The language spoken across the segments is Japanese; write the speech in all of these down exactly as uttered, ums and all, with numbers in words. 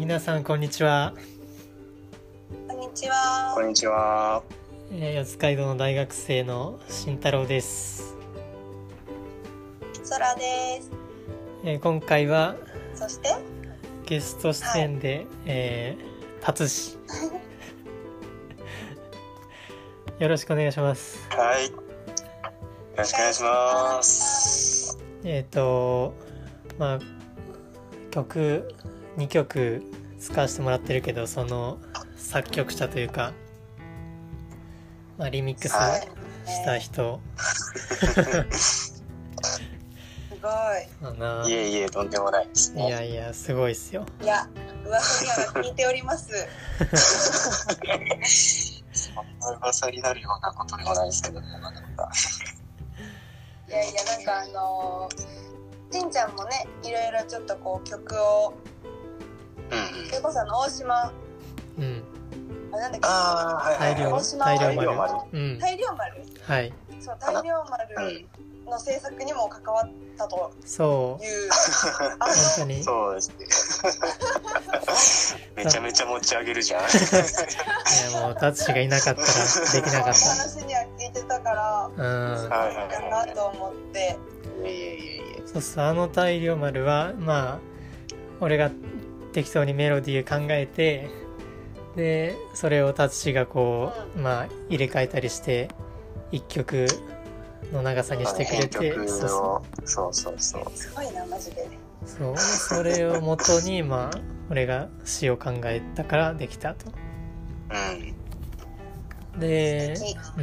皆さんこんにちは。 こんにちは。 こんにちは。 えー、四街道の大学生の慎太郎です。 そらです。 えー、今回はそしてゲスト出演で、はい、えー、達志よろしくお願いします。 はい。よろしくお願いします。 えっとまあ曲にきょく使わせてもらってるけど、その作曲者というか、まあ、リミックスした人、 はい、すごいいえいえ、とんでもないですね。 いやいや、すごいっすよ。 いや、噂には聞いておりますそんな噂になるようなことでもないですけどね。 いやいや、なんかあのー、しんちゃんもね、いろいろちょっとこう曲を、うん、それこそあの大島、 うん、 あ、なんだっけ、 あー、はいはいはい、 大量大島大量丸、 うん、 大量丸、 はい、 そう大量丸の制作にも関わったという、 そうあの本当にそうですね。めちゃめちゃ持ち上げるじゃん。いや、もう達志がいなかったらできなかった。 話には聞いてたから、 うん、 そうかなと思って。 いえいえいえいえ。 そうそう、あの大量丸はまあ俺が適当にメロディー考えて、でそれを達志がこう、うん、まあ入れ替えたりして一曲の長さにしてくれて、 そうそうそうそうそう、 すごいなマジで。 そう、それを元にまあ俺が詩を考えたからできたと。 うん、 で、うん、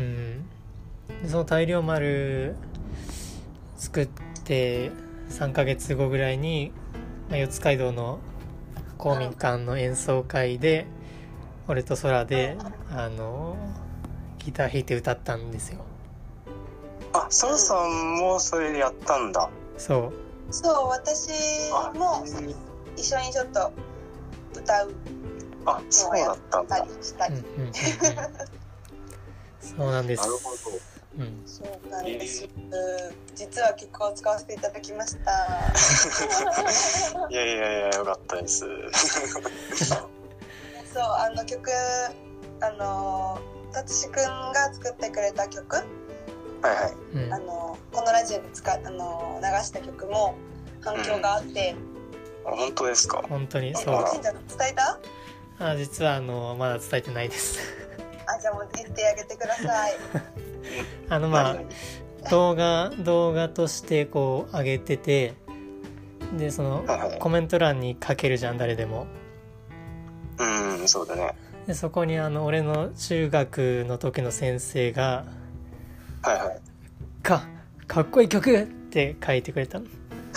その大量丸作ってさんかげつごぐらいに、まあ、四街道の公民館の演奏会で、うん、俺と空で、うん、あのギター弾いて歌ったんですよ。 あ、空さんもそれでやったんだ。 そうそう、私も一緒にちょっと歌うのをやったりしたり、うんうんうんうん、 そうなんです。 なるほど、 うん、そうなんです、えー、実は曲を使わせていただきました。 いやいやいや、よかったです。 そう、あの曲、あの達志くんが作ってくれた曲、 はいはい、 あのこのラジオで使あの流した曲も反響があって、 うん、あ、本当ですか。 本当にそう。 しんちゃん伝えた？ あ、実はあのまだ伝えてないです。 あ、じゃあもう言ってあげてください。 あのまあ動画動画としてこう上げてて、でそのコメント欄に書けるじゃん、誰でも。 うん、そうだね。 でそこにあの俺の中学の時の先生が、 はいはい、 かかっこいい曲って書いてくれたの。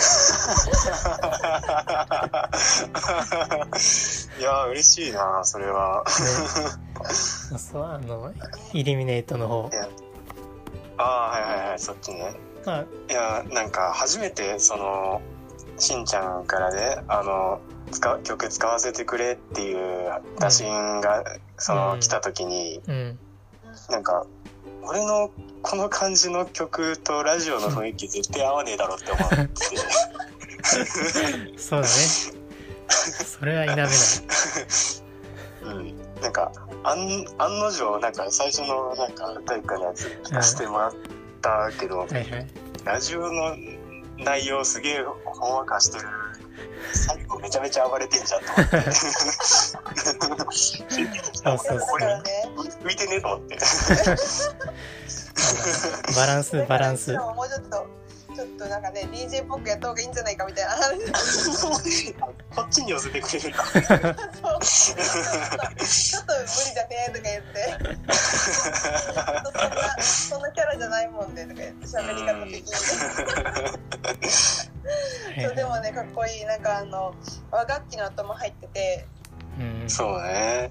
いや嬉しいな、それは。 ね、そうそう、あのイルミネートの方。 ああ、はいはいはい、そっちね。 まあ、 いや、なんか初めてそのしんちゃんからね、あの使曲使わせてくれっていう打診が、うん、その、うん、来た時に、うん、なんか俺のこの感じの曲とラジオの雰囲気絶対合わねえだろって思ってそうだね、それは否めない。 うん、なんか案, 案の定、なんか最初のなんか体育のやつ聞かせてもらったけど、うん、はいはい、ラジオの内容すげえほんわかしてる、最後めちゃめちゃ暴れてんじゃんと思って。そうそうそう、俺浮いてねえと思って。 バランスバランス。 もうちょっとちょっとなんかね ディージェー っぽくやった方がいいんじゃないかみたいな。 こっちに寄せてくれるか。 そうちょっと無理だねとか言って。そんなそんなキャラじゃないもんねとか言って喋り方的に。そう、でもね、かっこいい。なんかあの和楽器の音も入ってて、 うん、そうね。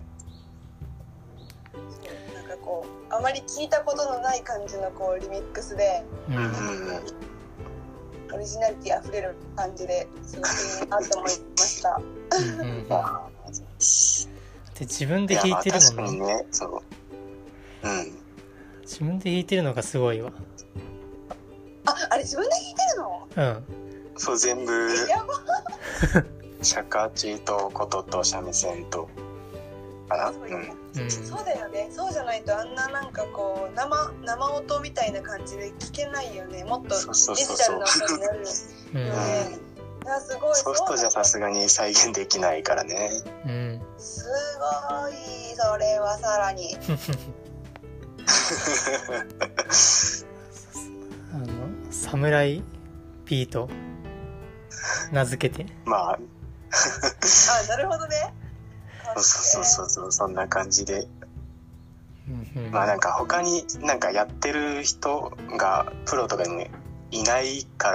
なんかこうあまり聞いたことのない感じのこうリミックスで、うん、オリジナリティあふれる感じですごくいいなと思いました。うんうん、 で自分で弾いてるもんね。 ね、そう、うん、 自分で弾いてるのがすごいわ。 あ、あれ自分で弾いてるの？ うん。 そう、全部。 やば。 シャカチとことと三味線とかな、うんうん、そうだよね。そうじゃないとあんななんかこう生生音みたいな感じで聞けないよね。もっとデジタルな音になるよね。いやすごい。 ソフトじゃさすがに再現できないからね。 うん、 すごい。それはさらにあのサムライビート名付けてまああ、なるほどね。 そうそうそうそう、そんな感じで、 うんうん、 まあなんか他になんかやってる人がプロとかにいないから、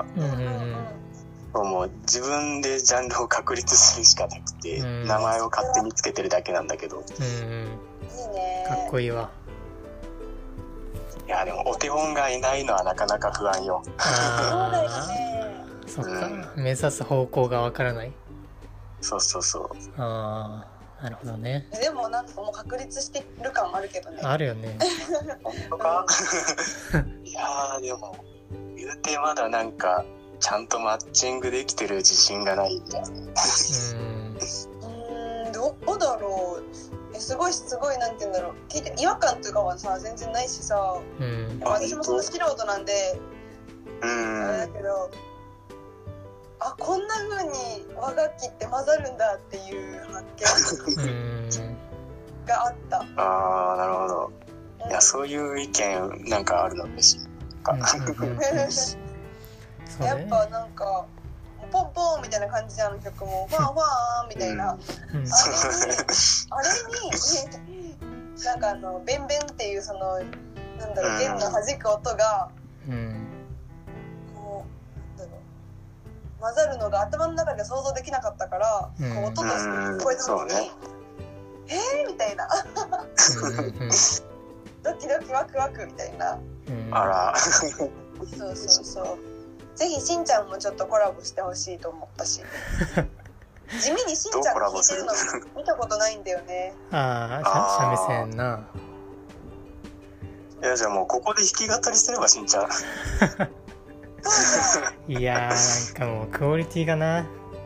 うんうんうん、 もう自分でジャンルを確立するしかなくて、うん、名前を勝手につけてるだけなんだけど、 うんうん、 いいね。 かっこいいわ。 いやでもお手本がいないのはなかなか不安よ。 あそうだよね。 そっか、 うん、 目指す方向がわからない。 そうそうそう。 ああ、なるほどね。 でもなんかもう確立してる感あるけどね。 あるよね。 本当か？いやーでも言うてまだなんかちゃんとマッチングできてる自信がないんだよね。 うん、どうだろう。えすごいすごいなんて言うんだろう。聞いて違和感とかはさ全然ないしさ。うん、私もその素人なんで、うん、あれだけど。あ、こんな風に和楽器って混ざるんだっていう発見があった。 ああ、なるほど。いや、そういう意見なんかあるの嬉しい。 やっぱなんかポンポンみたいな感じじゃん、曲もファンファンみたいな、うん、あれにあれになんかあのベンベンっていうそのなんだろう弦の弾く音が、うん、こうなんだろう混ざるのが頭の中で想像できなかったから、うん、こう音として聞こえた時に、ね、えーみたいなドキドキワクワクみたいな、 うん、あらそうそうそう。ぜひしんちゃんもちょっとコラボしてほしいと思ったし地味にしんちゃんが弾いてるの見たことないんだよね。 ああ、三味線な。 いやじゃあもうここで弾き語りすればしんちゃんいやーなんかもうクオリティがな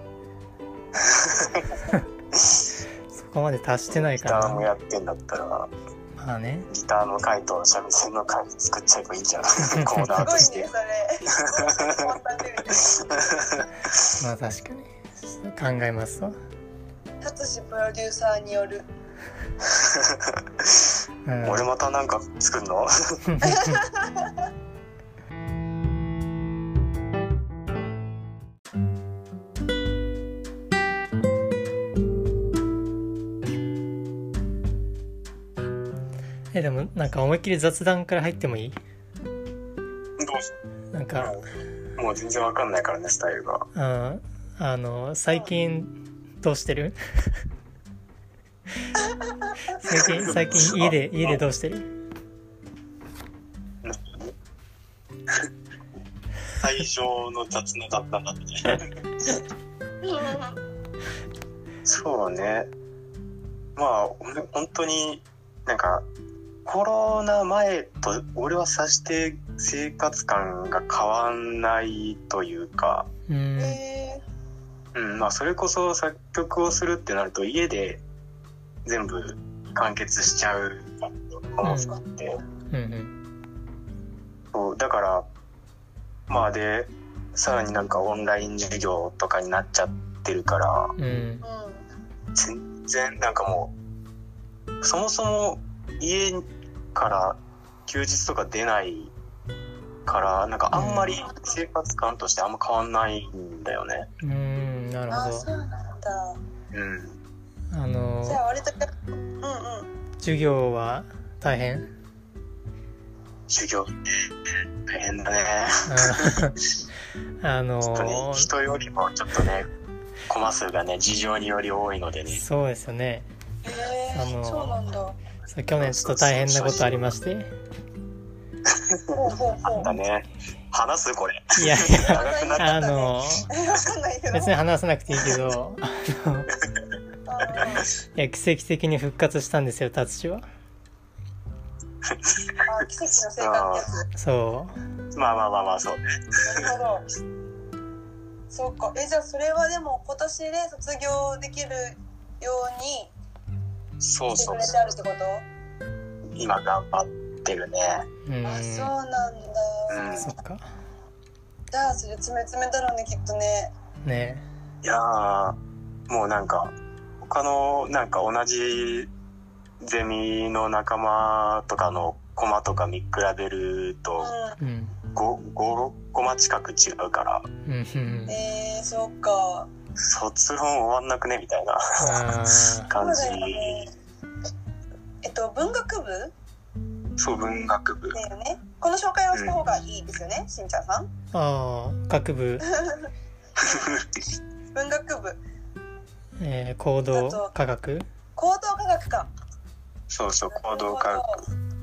そこまで達してないからな。 ギターもやってんだったらまあね、 ギターの回と三味線の回作っちゃえばいいんじゃないコーナーとして。 すごいねそれまあ確かに考えますわ。 達志プロデューサーによるうん、俺またなんか作んのえでもなんか思いっきり雑談から入ってもいい？どうぞ。 なんかもう全然わかんないからねスタイルが。 ああの最近どうしてる？最近最近家で家でどうしてる？ 最初の雑なだったんだってそうね。まあ本当になんかコロナ前と俺はさして生活感が変わんないというか、うん、うん、まあそれこそ作曲をするってなると家で全部完結しちゃう可能性があって、うんうんうん、そうだからまあでさらになんかオンライン授業とかになっちゃってるから、うん、全然なんかもうそもそも家から休日とか出ないからなんかあんまり生活感としてあんま変わんないんだよね。 うん、なるほど。 あ、そうなんだ。 うん。 あのー、 じゃあ割とうんうん。 授業は大変？ 授業大変だね。 あのー、 ちょっとね人よりもちょっとねコマ数がね事情により多いのでね。 そうですよね。 えー、あのー、そうなんだ。 去年ちょっと大変なことありましてあったね。話すこれ。 いやいやあの別に話さなくていいけどあのいや奇跡的に復活したんですよ達志は。 あ、奇跡の生活ってやつ。 そう。 まあまあまあまあそうね。 なるほど。 そうか。え、じゃあそれはでも今年で卒業できるようにしてくれてあるってこと？ 今頑張ってるね。 あ、そうなんだ、 うん、そっか。 じゃあそれ詰め詰めだろうね、きっとね。 ねいやーもうなんか他のなんか同じゼミの仲間とかのコマとか見比べると、 うん、 ご、ごコマ近く違うから、うん、 えー、そうか。 卒論終わんなくねみたいな感じ。 ね、えっと文学部？ そう、文学部だよね。この紹介をした方がいいですよね、うん、しんちゃんさん。 ああ、学部文学部、 えー、行動科学行動科学か。 そうそう、行動科学。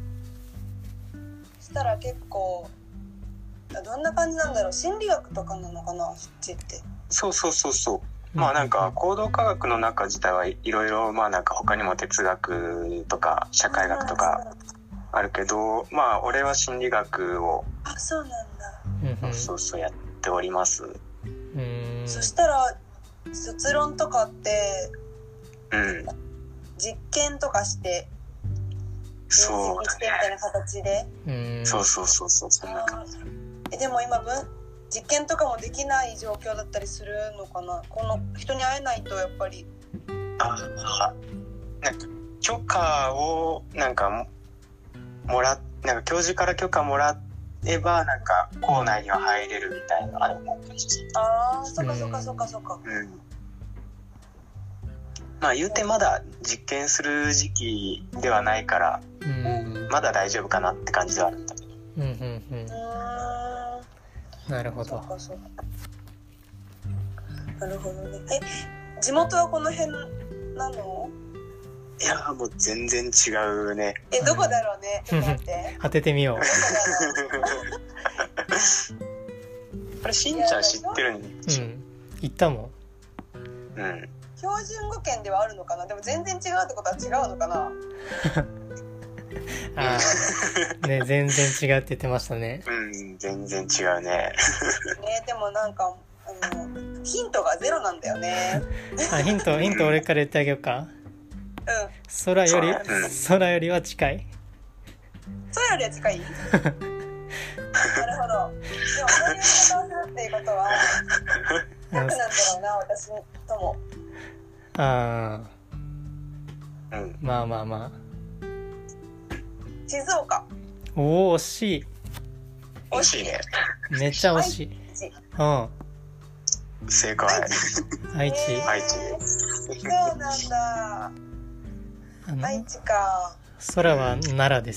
したら結構どんな感じなんだろう、心理学とかなのかな、そっちって。 そうそうそうそう、まあなんか行動科学の中自体はいろいろ、まあなんか他にも哲学とか社会学とかあるけど、まあ俺は心理学を、 あ、そうなんだ、そうそうそうやっております。 うん、 そしたら卒論とかって、 うん、 実験とかして分析してみたいな形で、 うん、 そうそうそうそう、そんな感じ。 え、でも今分実験とかもできない状況だったりするのかな。この人に会えないとやっぱり。 ああ、なんか許可をなんかももらなんか教授から許可もらえばなんか校内には入れるみたいな、あれもああ、そっかそっかそっかそっか。 うん。まあ言うてまだ実験する時期ではないから、うん、まだ大丈夫かなって感じではあるんだけど。 うんうんうん。なるほど。 そうかそうか。なるほどね。え、地元はこの辺なの？ いやもう全然違うね。 え、どこだろうね。ちょっと待って。 当ててみよう。 あれ、しんちゃん知ってるん？うん、 行ったもん。うん。 標準語圏ではあるのかな。でも全然違うってことは違うのかな。 ああ、ね、全然違うって言ってましたね。 うん、全然違うね。 ね、でもなんかあのヒントがゼロなんだよね。 あ、ヒントヒント俺から言ってあげようか。 うん。 空より、うん、空よりは近い。 空よりは近い。なるほど。でもそういう言い方をするっていうことは近くなんだろうな、私とも。 ああ、うん、 まあまあまあ。 静岡。 おお、惜しい。 惜しいね。 めっちゃ惜しい。うん。 正解。 愛知。 愛知。 そうなんだ。愛知か。 空は奈良です。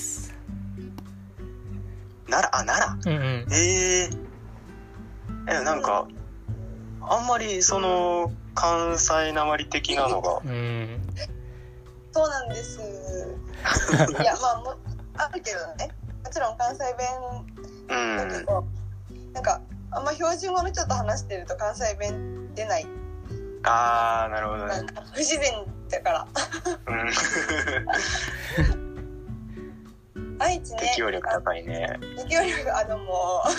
奈良、あ、奈良。 うんうん。 えー、え、なんか、あんまりその関西なまり的なのが。 うん。 そうなんです。いや、まあもあるけどね。もちろん関西弁だけど、うん、なんかあんま標準語の人と話してると関西弁出ない。 あー、なるほどね。 不自然だから。うん、愛知ね。 適応力高いね。 適応力、あのもう。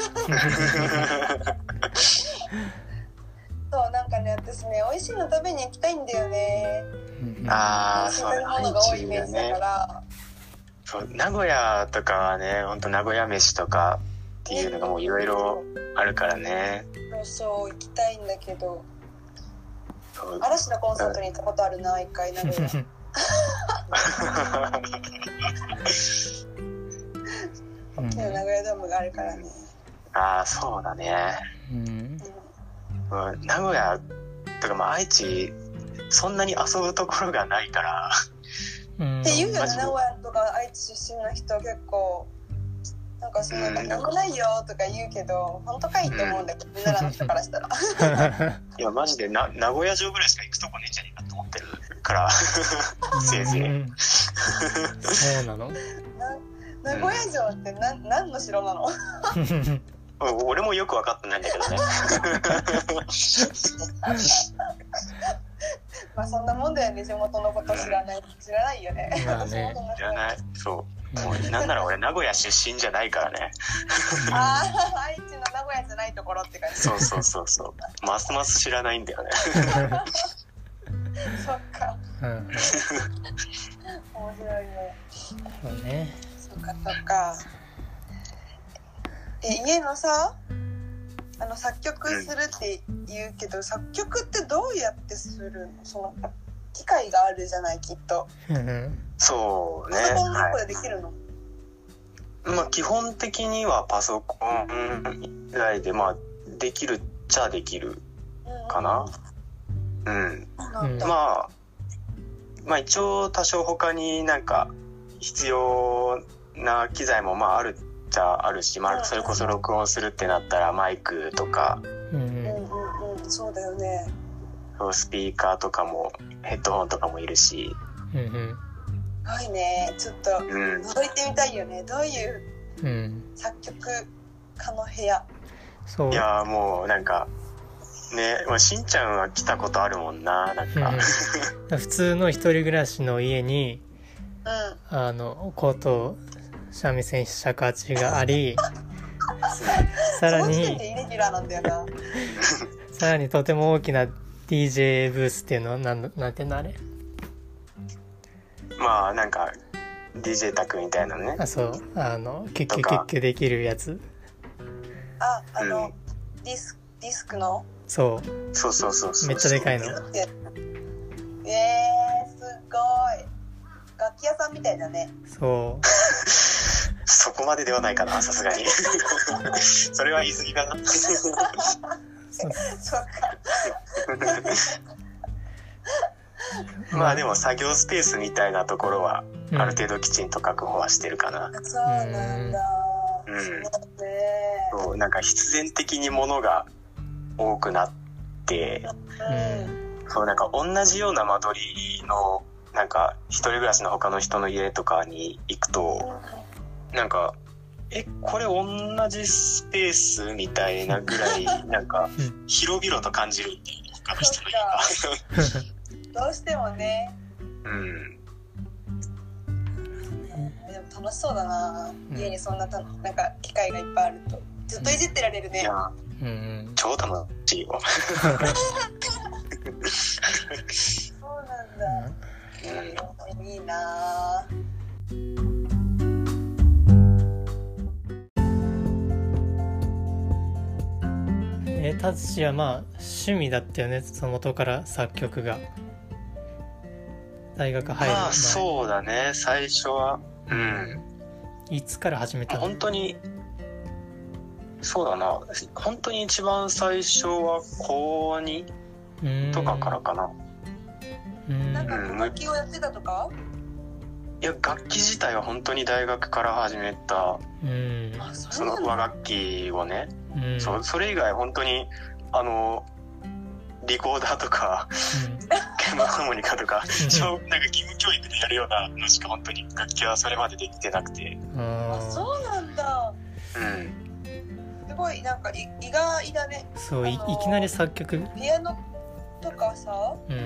そう、なんかね、私ね、美味しいの食べに行きたいんだよね。 ああ、そうだ、 愛知だね。 そう、名古屋とかはね、ほんと名古屋飯とかっていうのがもういろいろあるからね。 そうそう、行きたいんだけど。嵐のコンサートに行ったことあるな、一回名古屋。でも名古屋ドームがあるからね。 ああ、そうだね。うんうん、名古屋とか、まあ、愛知そんなに遊ぶところがないから。 って言うよね、名古屋とか愛知出身の人結構なんかその、うん、なんもないよとか言うけど本当かいって思うんだけど、うん、奈良の人からしたらいやマジでな名古屋城ぐらいしか行くとこねえんじゃねえかと思ってるからせいぜいそうなの。 な名古屋城ってな何の城なの俺もよく分かってないんだけどねまあそんなもんだよね、地元のこと知らない、知らないよね。 まあね、 知らない。そう。もうなんなら俺名古屋出身じゃないからね。 ああ、愛知の名古前じゃないところって感じ。 そうそうそうそう。ますます知らないんだよね。 そっか。 うん、 面白いね。 そうね。 そっかそっか。え、家のさ、あの作曲するって言うけど、うん、作曲ってどうやってするの？その機械があるじゃない、きっと。 そうね。 パソコンどこでできるの？ はい、まあ基本的にはパソコン以外でまあできるっちゃできるかな。うん。うん、まあまあ一応多少他になんか必要な機材もまああるっちゃあるし、まあそれこそ録音するってなったらマイクとか、 うんうんうん、そうだよね。 スピーカーとかもヘッドホンとかもいるし、 うんうん、 すごいね。ちょっと覗いてみたいよね、うん、どういう作曲家の部屋。 そう、 いやもうなんかね、まあ、しんちゃんは来たことあるもんな、なんか、 うん、普通の一人暮らしの家に、 うん、 あのコート三味線尺八がありさらにその時点でイレギュラーなんだよな。 さらにとても大きな ディージェー ブースっていうのなんなんていうのあれ、 まあなんか ディージェー 卓みたいなね。 あ、そう、あのキュッキュキュッキュできるやつ。 あ、あの、 うん、 ディスディスクの。 そうそうそうそうそう、 めっちゃでかいの。 えー、すごい。楽器屋さんみたいだね。 そう。 そこまでではないかな、さすがに。それは言い過ぎかな。 そっか。 まあでも作業スペースみたいなところはある程度きちんと確保はしてるかな。 うん、そうなんだ。 うん。 そうね。 そう、なんか必然的に物が多くなって、 うん、 そうなんか同じような間取りのなんか一人暮らしの他の人の家とかに行くと、なんかえこれ同じスペースみたいなぐらいなんか広々と感じるっていう他の人の家がどうしてもね。 うん。 でも楽しそうだな、うん、家にそんなたなんか機械がいっぱいあるとずっといじってられるね。 いや、 うん、 超楽しいよ。 そうなんだ。うん、いいな。 えー、達志はまあ趣味だったよね、その元から作曲が。大学入る前。 まあそうだね、最初は。うん。 いつから始めたの？ 本当に。そうだな、本当に一番最初はこうにとかからかな。 うん、なんか楽器をやってたとか？ いや楽器自体は本当に大学から始めた、 うん、 その和楽器をね、 うん、 そ, それ以外本当にあのリコーダーとか、鍵盤ハーモニカとか、なんか義務教育でやるようなのしか本当に楽器はそれまでできてなくて。 あ、そうなんだ。 うん。 すごいなんか意外だね。 そう、い, いきなり作曲。 ピアノとかさ、 うん、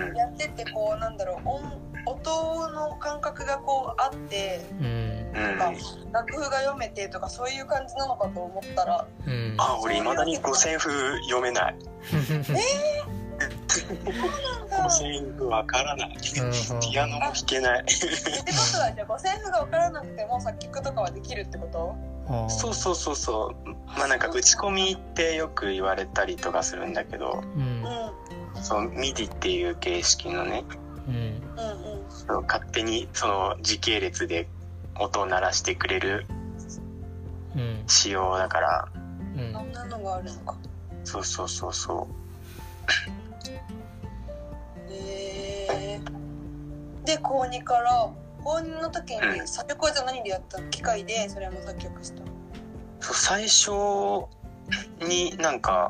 やっててこうなんだろう、音, 音の感覚がこうあって、うん、なんか楽譜が読めてとかそういう感じなのかと思ったら、 うん、あ、俺未だに五線譜読めない。えー五線譜わからない。ピアノも弾けない。ってことはじゃあ五線譜がわからなくても作曲とかはできるってこと？ そうそうそうそう。まあなんか打ち込みってよく言われたりとかするんだけど、うん、そのミディっていう形式のね、うん、そう勝手にその時系列で音を鳴らしてくれる仕様だから、 うん、そんなのがあるのか。 そうそうそうそう。 えー、で高にから高にの時に作曲はじゃあ何でやったの？機械でそれも作曲した？ そう、最初になんか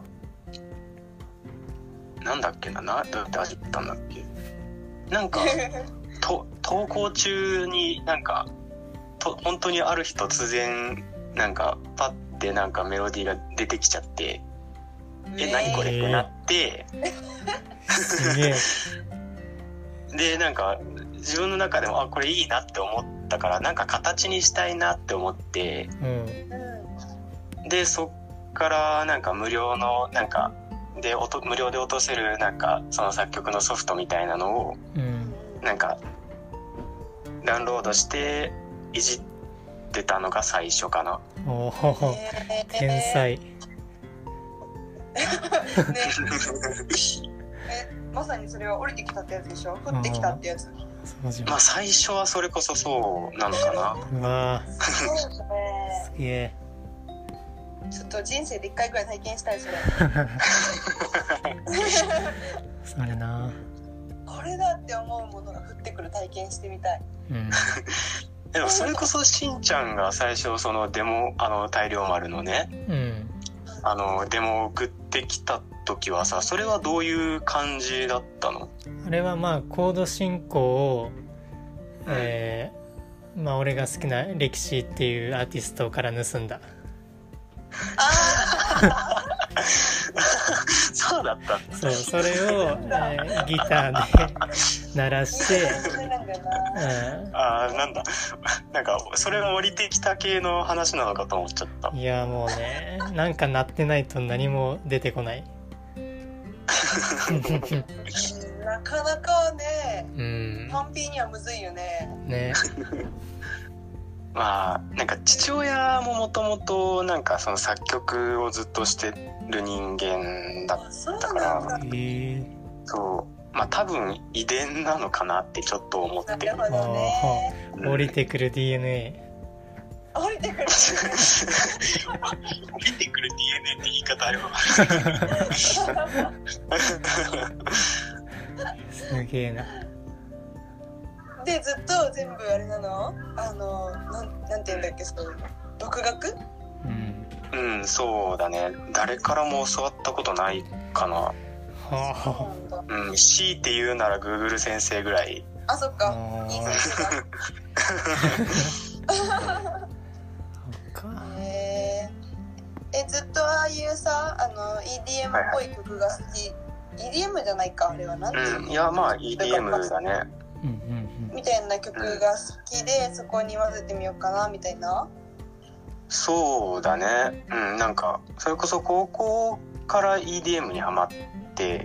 なんだっけな、などうやって始めたんだっけ、なんかと登校中になんかと本当にある日突然なんかパッてなんかメロディーが出てきちゃって、えー、何これってなってすげえでなんか自分の中でもあこれいいなって思ったからなんか形にしたいなって思って、うん、でそっからなんか無料のなんかで音無料で落とせるなんかその作曲のソフトみたいなのをなんかダウンロードしていじってたのが最初かな。 おお、天才。 ね、え、まさにそれは降りてきたってやつでしょ。降ってきたってやつ。 まあ最初はそれこそそうなのかな。 うわー、 そうですね。 すげえ。 ちょっと人生で一回ぐらい体験したいそれ。 それな。 これだって思うものが降ってくる体験してみたい。 うん。 でもそれこそしんちゃんが最初そのデモあの大量丸のね、 うん、 あのデモを送ってきた時はさ、それはどういう感じだったの？ あれはまあコード進行を、えー、まあ俺が好きな歴史っていうアーティストから盗んだ。 あそうだったんだ。 そう、それを、えー、ギターで鳴らして、 うん、ああ、なんだ、なんかそれが降りてきた系の話なのかと思っちゃった。 いやもうね、なんか鳴ってないと何も出てこない。 なかなかね、 うん、 パンピーにはむずいよね。ね。 まあなんか父親ももともとなんかその作曲をずっとしてる人間だったから、そうまあ多分遺伝なのかなってちょっと思ってる。 なるほどね。 降りてくる ディーエヌエー。降りてくる。 降りてくる ディーエヌエーって言い方あれば。 すげえな。 でずっと全部あれなの？あのなん、なんていうんだっけ、そういうの独学？ うん、 うん、そうだね。誰からも教わったことないかな。 はあ、うん、強いて言うなら Google 先生ぐらい。 あ、そっか。いい先生だ。えー、えずっとああいうさ、あの イーディーエム っぽい曲が好き。はいはい、イーディーエム じゃないか、あれは何ていうの？ うん、いやまあ イーディーエム だね。 みたいな曲が好きで、うん、そこに混ぜてみようかなみたいな。 そうだね。うん、なんかそれこそ高校から イーディーエム にハマって、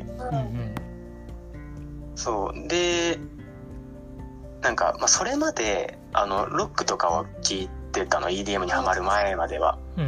うん、そうでなんか、まあ、それまであのロックとかを聴いてたの、 イーディーエム にハマる前までは、うん、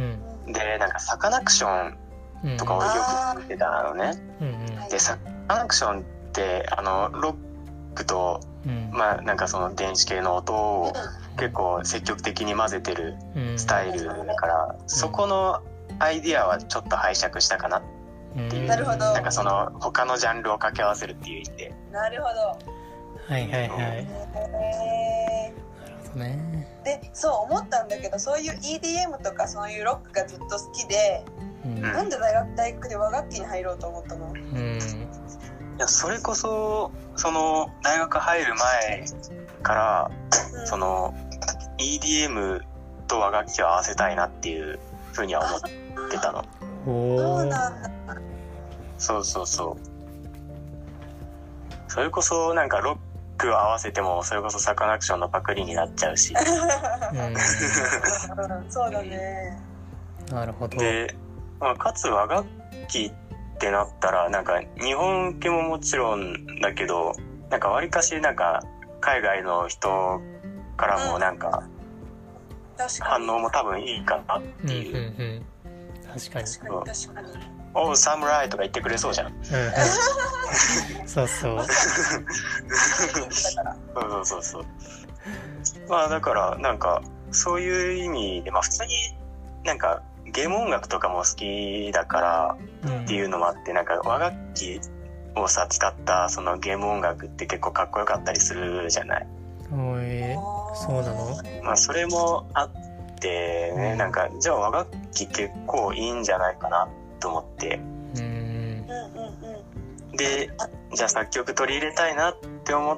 でなんかサカナクションとかをよく聴いてたのね、うん、でサカナクションってあのロックと、うん、まあなんかその電子系の音を結構積極的に混ぜてるスタイルだから、うん、そこのアイディアはちょっと拝借したかなっていう、うん、 なるほど。 なんかその他のジャンルを掛け合わせるっていう意味で。 なるほど。 はいはいはい。 へー、なるほどね。 でそう思ったんだけど、そういう イーディーエム とかそういうロックがずっと好きで、うん、なんで大学大学で和楽器に入ろうと思ったの？うん、 いやそれこそその大学入る前から、うん、その イーディーエム と和楽器を合わせたいなっていうふうには思ってたの。 そうなんだ。 そうそうそう。それこそなんかロックを合わせてもそれこそサカナクションのパクリになっちゃうし。 うん、そうだね。 なるほど。 で、まあ、かつ和楽器ってなったらなんか日本受けももちろんだけど、なんかわりかしなんか海外の人からもなんか反応も多分いいかなっていう。 うんうんうん、確かに確かに確かに。 おうサムライとか言ってくれそうじゃん。うん、 そうそう。 そうそうそう。まあだからなんかそういう意味でまあ普通になんかゲーム音楽とかも好きだからっていうのもあって、なんか和楽器をさ使ったそのゲーム音楽って結構かっこよかったりするじゃない。 おい、そうなの？ まあそれもあってね、なんかじゃあ和楽器結構いいんじゃないかなと思って、うん、でじゃあ作曲取り入れたいなって思って、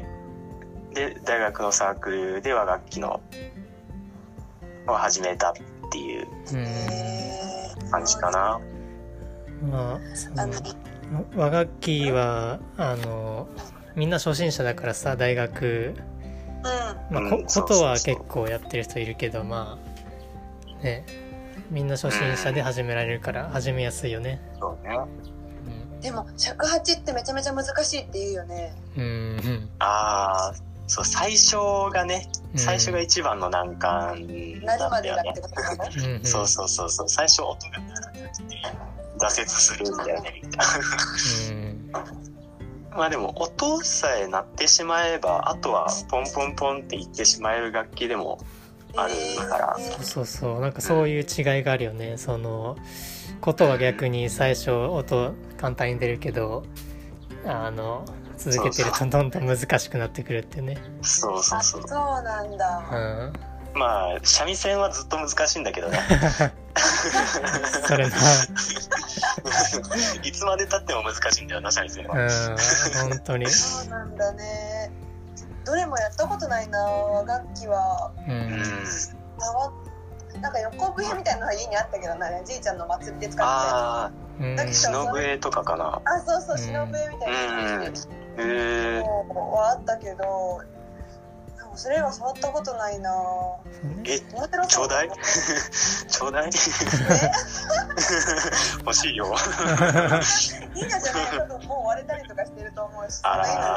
で大学のサークルで和楽器のを始めたっていう感じかな。 まあその和楽器はあのみんな初心者だからさ、大学、まあ、こ、ことは結構やってる人いるけど、まあね、 みんな初心者で始められるから始めやすいよね。 そうね。 でも尺八ってめちゃめちゃ難しいって言うよね。 うん。 ああ、そう、最初がね、最初が一番の難関なるまでだってことなの？ そうそうそうそう、最初音が鳴らなくて挫折するんだよねみたいな。まあでも音さえ鳴ってしまえば、あとはポンポンポンって言ってしまえる楽器でもあるから。 えー、そうそうそう、なんかそういう違いがあるよね。そのことは逆に最初音簡単に出るけど、あの続けてるとどんどん難しくなってくるってね。 そうそうそう。 そうなんだ。 うん。 まあ三味線はずっと難しいんだけどね。 それな。 いつまで経っても難しいんだよな、三味線は。 うん、本当に。 そうなんだね。どれもやったことないな、和楽器は。うん。なんか横笛みたいなのが家にあったけどね、じいちゃんの祭りで使ってた。ああ、篠笛とかかな。 あ、そうそう、篠笛みたいな感じはあったけど、それは触ったことないな。 え、ちょうだいちょうだい欲しいよ。 いいんじゃない？多分もう割れたりとかしてると思うし、あ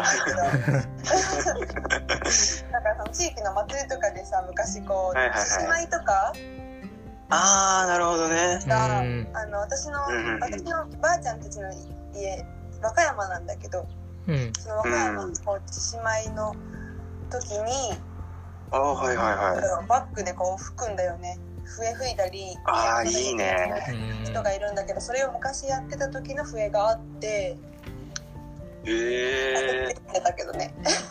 なんかその地域の祭りとかでさ、昔こう、獅子舞とか、 あー、なるほどね。 が、あの私の、私のばあちゃんたちの家、和歌山なんだけど、うん、その和歌山の獅子舞の時に、 あ、はいはいはい、 バックでこう吹くんだよね。笛吹いたり、 あー、いいね。 人がいるんだけど、それを昔やってた時の笛があって、 へえー。 やってたけどね。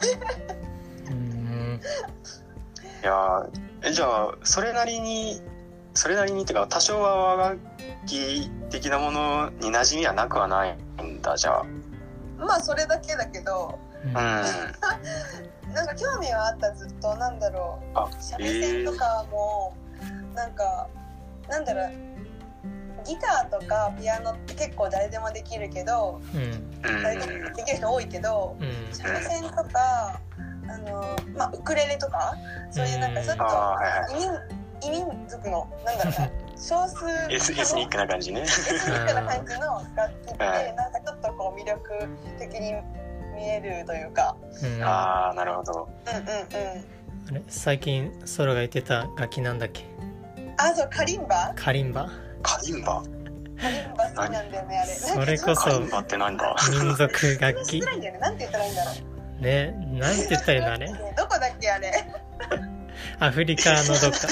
いやえじゃあそれなりにそれなりにっていうか多少は和楽器的なものに馴染みはなくはないんだ。じゃあまあそれだけだけど、うん、なんか興味はあった。ずっとなんだろう、三味線とかも、えー、なんかなんだろう、ギターとかピアノって結構誰でもできるけど、うん、誰でもできる人多いけど、うん、三味線とかあの、まあ、ウクレレとかそういうなんかちょっと異民、異民族のなんだろうな少数エスニックな感じね。エスニックな感じの楽器ってなんかちょっとこう魅力的に見えるというか、 うん、ああなるほど。 うんうんうん。 あれ最近ソロが言ってた楽器なんだっけ？ あ、そう、カリンバ？ カリンバ。 カリンバ。 カリンバ好きなんだよねあれ。 それこそカリンバってなんだ？ 民族楽器。 なんて言ったらいいんだろう。 ね、なんて言ったらいいのあれ。 どこだっけあれ。 アフリカのどっか。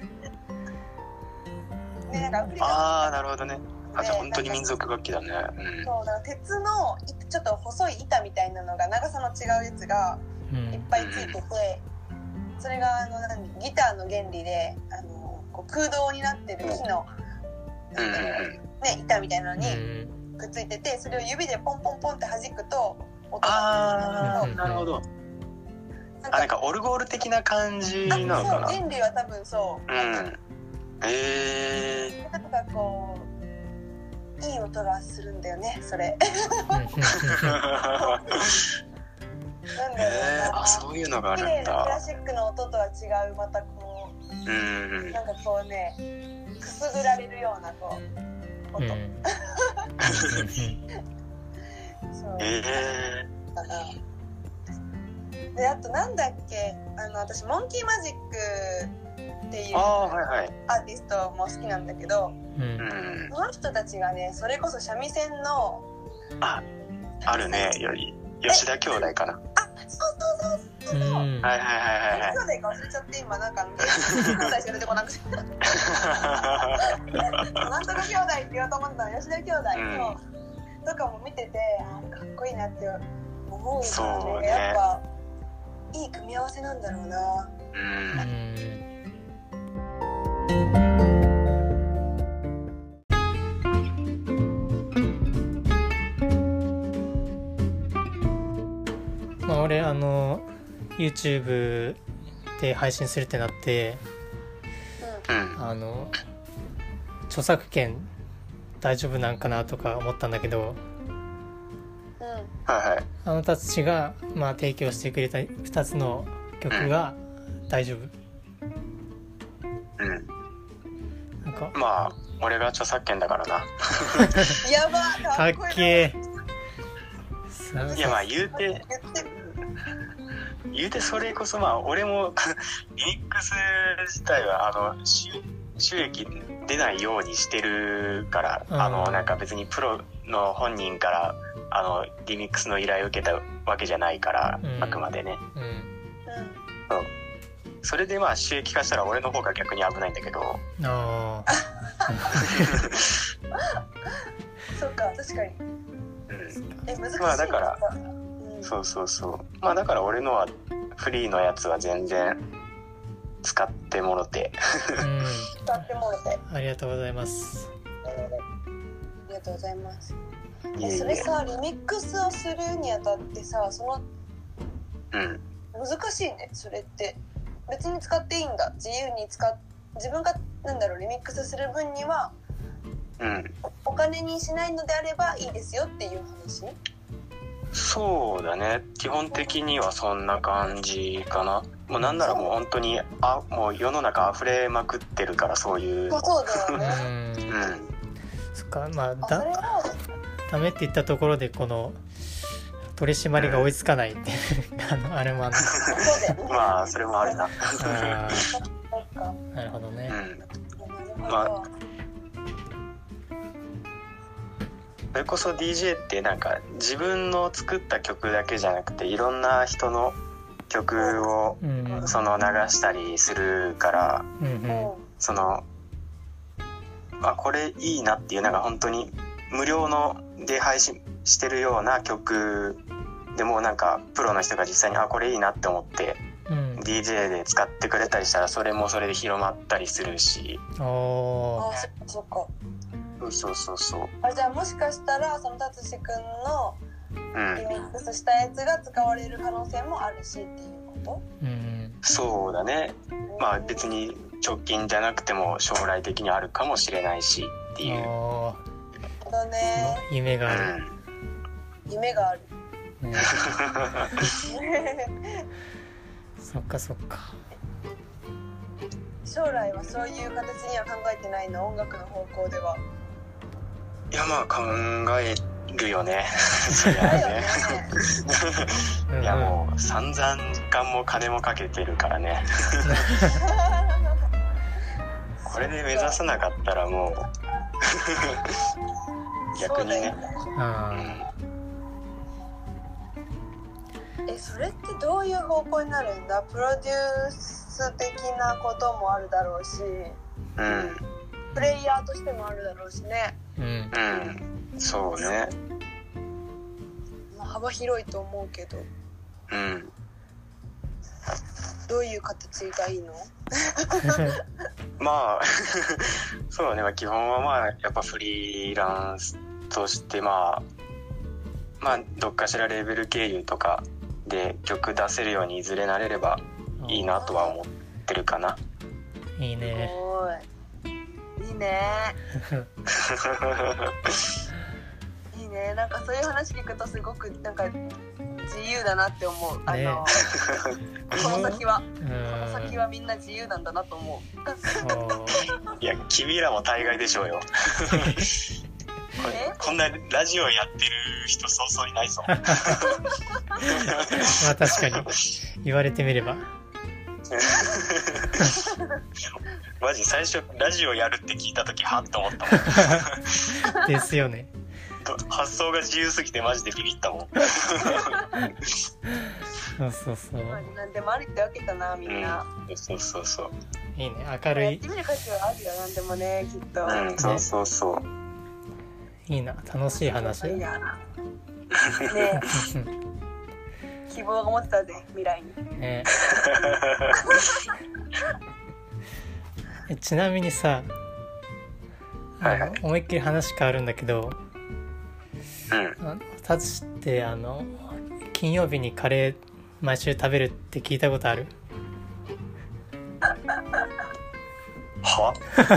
ね、なんかアフリカ。 ああなるほどね。あ、じゃあ本当に民族楽器だね。 うん、そうだから鉄のちょっと細い板みたいなのが長さの違うやつがいっぱいついてて、うん、それがあの何ギターの原理であのこう空洞になってる木の、うん、ね、板みたいなのにくっついてて、それを指でポンポンポンって弾くと音がするんだけど。 なるほど。なんか、あ、なんかオルゴール的な感じなのかな。 そう、原理は多分そう。 うん。ええー。なんかこういい音がするんだよね、それ。なんだろうな、 えー、あ、そういうのがあるんだ。 綺麗なクラシックの音とは違う、またこう、うん、なんかこうね、くすぐられるようなこう音。うん、そう。えー。かな。で、あとなんだっけ、あの私モンキーマジックっていうアーティストも好きなんだけど、うん、その人たちがね、それこそ三味線のあ、あるね、より吉田兄弟かな。 あ、そうそうそうそう、うん、はいはいはいはい。 兄弟か忘れちゃって、今なんか兄弟しか出てこなくてなんとか兄弟って言おうと思ったの、吉田兄弟の、うん、とかも見てて、あ、かっこいいなって思うからね、やっぱいい組み合わせなんだろうな。うん。 まあ俺あの YouTube で配信するってなって、うん、あの著作権大丈夫なんかなとか思ったんだけど。 はいはい、 あのたちが、まあ、提供してくれたふたつの曲が大丈夫、 うん、 なんかまあ俺が著作権だからな。 やばかっけー。いやまあ言うて言うてそれこそまあ俺もリミックス自体はあの収収益出ないようにしてるから、あのなんか別にプロの本人からあのリミックスの依頼を受けたわけじゃないから、うん、あくまでね、うんうん、そうそれでまあ収益化したら俺の方が逆に危ないんだけど。あそうか確かに、 うん、 え難しい。 まあだから、うん、そうそうそうまあだから俺のはフリーのやつは全然使ってもろて、 うん、使ってもろてありがとうございます。 ありがとうございます。えそれさリミックスをするにあたってさその、 うん、 難しいねそれって。別に使っていいんだ自由に使っ自分がなんだろうリミックスする分には、 うん、 お金にしないのであればいいですよっていう話。 そうだね基本的にはそんな感じかな。もうなんならもう本当にあもう世の中溢れまくってるからそういう。 そうだよね。 うん。そっかまあだダメって言ったところでこの取り締まりが追いつかないって、うん、あのあれもある。 まあそれもあるな。 あなるほどね。 うん、まあそれこそ ディージェー ってなんか自分の作った曲だけじゃなくていろんな人の曲をその流したりするから、うんうん、そのあこれいいなっていうのが本当に無料ので配信してるような曲でもなんかプロの人が実際にあこれいいなって思って、うん、ディージェー で使ってくれたりしたらそれもそれで広まったりするし。 ああそっか。 そうそうそうそう。 あじゃあもしかしたらその達志くんのリミックスしたやつが使われる可能性もあるしっていうこと？ うん、 そうだね。まあ別に直近じゃなくても将来的にあるかもしれないしっていう。 あだね。 夢がある。 うん、夢がある。 ね、そっかそっか。 将来はそういう形には考えてないの音楽の方向では。 いやまあ考えるよね。そりゃね。いやもう散々時間も金もかけてるからね。これで目指さなかったらもう逆にね。 えそれってどういう方向になるんだ？プロデュース的なこともあるだろうし、 うん、 プレイヤーとしてもあるだろうしね。 うん、 うん、そうね。 まあ、幅広いと思うけど、 うん、 どういう形がいいの？ まあそうね、まあ、基本はまあやっぱフリーランスとしてまあまあどっかしらレーベル経由とかで曲出せるようにいずれなれればいいなとは思ってるかな。 いいね。 おいいいね。いいね。なんかそういう話聞くとすごくなんか自由だなって思う。あの、ね、この先はこの先はみんな自由なんだなと思う。いや君らも大概でしょうよ。こ, こんなラジオやってる人そうそういないぞ。まあ確かに言われてみれば。 マジ最初ラジオやるって聞いた時はっと思ったもん。 ですよね。 発想が自由すぎてマジでビビったもん。 そうそうそう。 なんでもありってわけだなみんな、 うん、そうそうそう。 いいね明るい。 やってみる価値はあるよなんでもねきっと、 うん、そうそうそう。 いいな楽しい話。 いいな。ね希望が持ってたぜ未来に。ねえちなみにさ、はいはい、思いっきり話変わるんだけど、 うん、 タツってあの金曜日にカレー毎週食べるって聞いたことある？ は？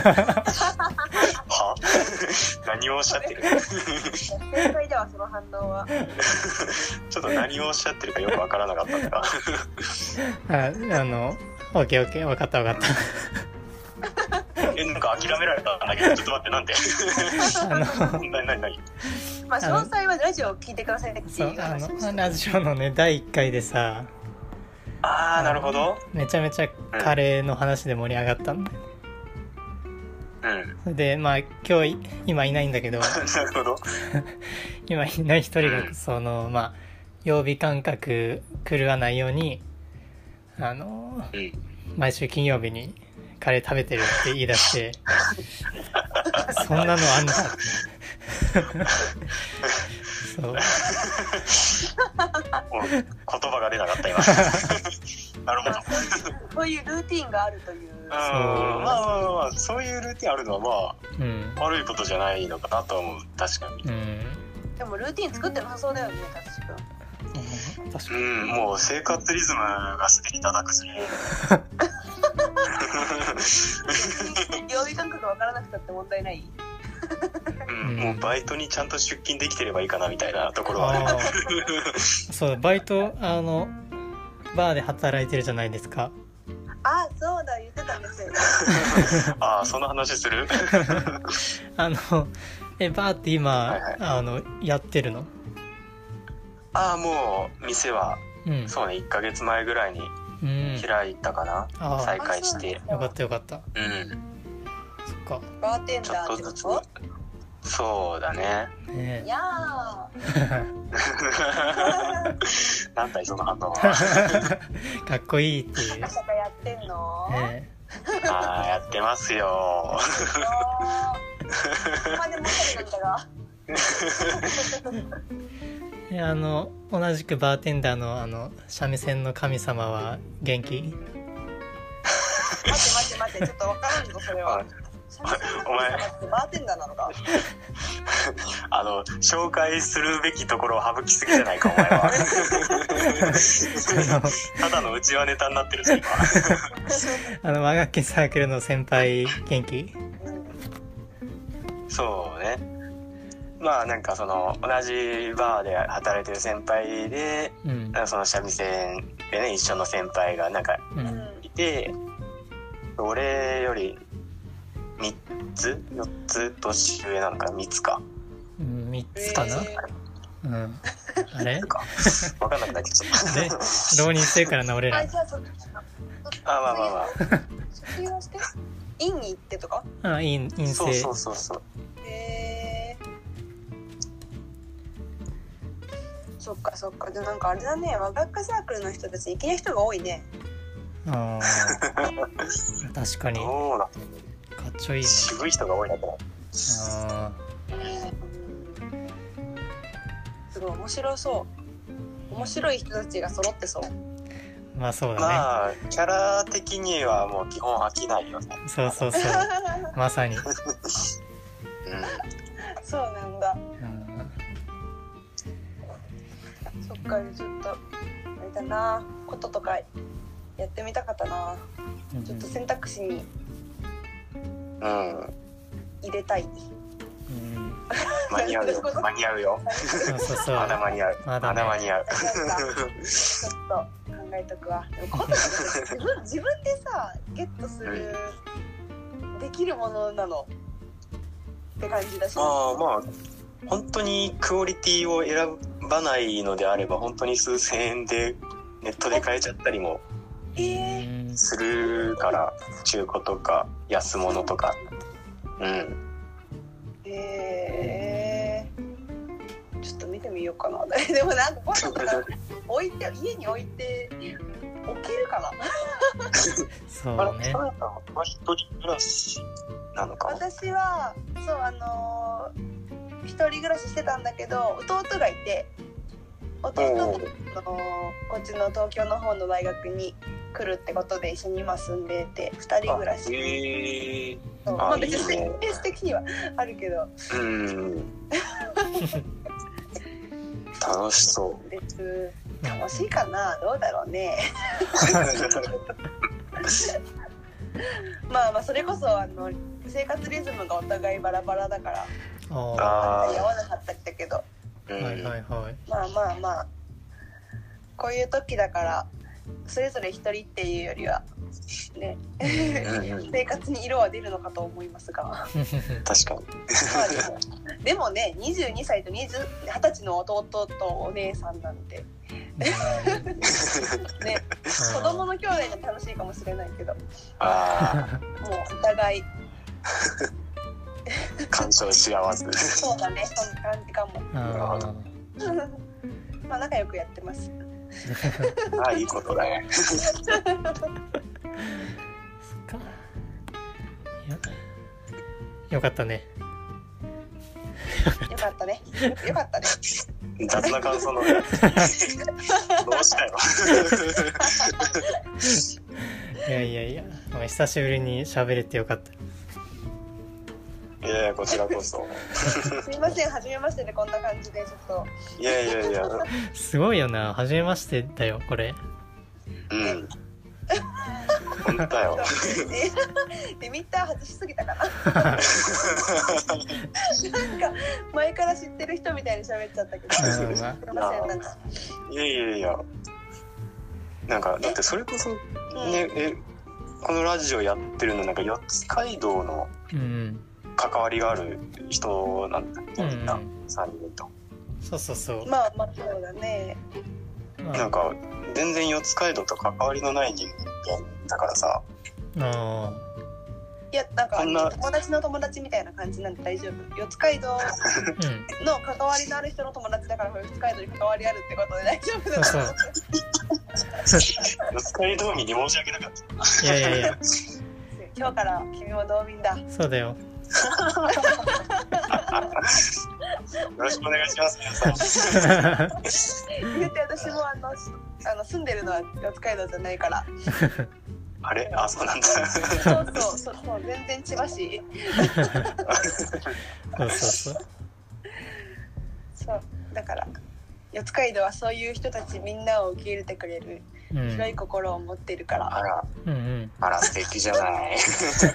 は？何をおっしゃってる？ 正解ではその反応はちょっと何をおっしゃってるかよくわからなかったんだがあ、あのオッケーオッケー分かった分かったえ、なんか諦められたんだけど、ちょっと待って、なんであのなになになにまあ詳細はラジオを聞いてくださいっていうあ話のラジオのねだいいっかいでさ、 あー、なるほど。 めちゃめちゃカレーの話で盛り上がったんだよね。 うん。 それでまあ今日今いないんだけどなるほど。 今いない一人がうんそのまあ曜日感覚狂わないようにあのうん。 毎週金曜日にカレー食べてるって言い出してそんなのあんだそうもう言葉が出なかった今。なるほど。 そういうルーティンがあるという。 うん、まあまあまあまあ、そういうルーティンあるのはまうんあ悪いことじゃないのかなとは思う。確かに。 うんでもルーティン作ってなさそうだよね、確か確かにうん、もう生活リズムがすでにだだ崩れ。 曜日感覚わからなくたって問題ない。 うん、もうバイトにちゃんと出勤できてればいいかなみたいなところはある。 あーそうバイトあのバーで働いてるじゃないですか。 あ、そうだ、言ってたんですよね。 ああ、その話する。 あのえバーって今、 はいはい、 あのやってるの？ ああ、もう店は、 うんそうね、いっかげつまえぐらいにうん開いたかな、 あー再開して。 よかったよかった。 うん、 そっかバーテンちょダーってっとずつこ。 そうだね。 ねと？いやなんだいその反応は。 ーかっこいいっていうー、まさかやってんの？ ねああ、やってますよ。 まあでもなんだが。 えあの同じくバーテンダーのあの三味線の神様は元気？ 待って待って待って、ちょっとわからんぞそれは。 お前バーテンダーなのか。 あの紹介するべきところを省きすぎじゃないかお前は。ただのうちはネタになってるぞ今。 あの和楽器サークルの先輩元気？ そうね。まあなんかその同じバーで働いてる先輩で、 うん、 その三味線でね一緒の先輩がなんかうんいて、俺よりみっつよっつ年上なのかみっつか、 うん、みっつかな、 えうん、あれか分かんなくなってきちゃったで浪人してるからな俺ー、あ、 ら。 じゃあそあまあまあまあ卒業して院に行ってとか。 あ陰陰性。 そうそうそうそう。 へえー、そっかそっか。でなんかあれだね、和楽器サークルの人たち粋な人が多いね。 あ確かにそうだ、 かっちょいいね。 渋い人が多いなと思う。 あすごい面白そう。面白い人たちが揃ってそう。 まあそうだね、 まあキャラ的にはもう基本飽きないよね。 そうそうそうまさに、うん、 そうなんだ。そっか、ちょっとあれだな、こととかやってみたかったな。ちょっと選択肢にうん入れたい。 うん、 間に合うよ間に合うよ。 そうそうそうまだ間に合うまだねまだ間に合う。 ちょっと考えとくわ。でもこととか自分自分でさゲットする、できるものなのって感じだし。 ああ、まあ本当にクオリティを選ばないのであれば本当に数千円でネットで買えちゃったりもえー、 するから、中古とか安物とか。うんえー、ちょっと見てみようかな。でもなんかポッとか置いて家に置いて置けるかな。 そうね。 あなたは一人暮らしなのか。 私はそうあのー、一人暮らししてたんだけど弟がいて、弟が、あのー、こっちの東京の方の大学に来るってことで一緒に今住んでて二人暮らし。 へえ。 そうまあ別にスペース的にはあるけど。 うん楽しそう。 です楽しいかな、どうだろうね。まあまあそれこそあの生活リズムがお互いバラバラだからああ合わなかったけど、 ーはいはいはい。 まあまあまあこういう時だからそれぞれ一人っていうよりはね生活に色は出るのかと思いますが確かにまあでも、でもねにじゅうにさいとにじゅう、はたちの弟とお姉さんなんてね、子供の兄弟が楽しいかもしれないけどあもうお互い干渉し合わずそうだね、そんな感じかも。 あまあ仲良くやってます。 ああいいことだねそっか。いやよかったね。 よかったね。よかったね。 雑な感想のどうしたよいやいやいや、まあ、久しぶりに喋れてよかった。 いやいやこちらこそすみません、初めましてでこんな感じでちょっと。 いやいやいやすごいよな、初めましてだよこれ。 うん本当だよリミッター外しすぎたかななんか前から知ってる人みたいに喋っちゃったけどすみませんなんかいやいやいやなんかだってそれこそね、えこのラジオやってるのなんか四街道の関わりがある人なんだよね、みんなさんにんと。 そうそうそう。 まあまあそうだね。 なんか全然四街道と関わりのない人間だからさ。 あいやなんか友達の友達みたいな感じなんで大丈夫。四街道の関わりのある人の友達だから四街道に関わりあるってことで大丈夫だと思う。四街道民に申し訳なかった。 いやいやいや。 今日から君も道民だ。 そうだよ。 よろしくお願いします皆さん。 言って私もあのあの住んでるのは四街道じゃないから。 あれあそうなんだ。 そうそうそうそう全然千葉市。 そうそうそう。 そうだから四街道はそういう人たちみんなを受け入れてくれる広い心を持ってるから。 うん、あら、 うんうん、 あら素敵じゃない。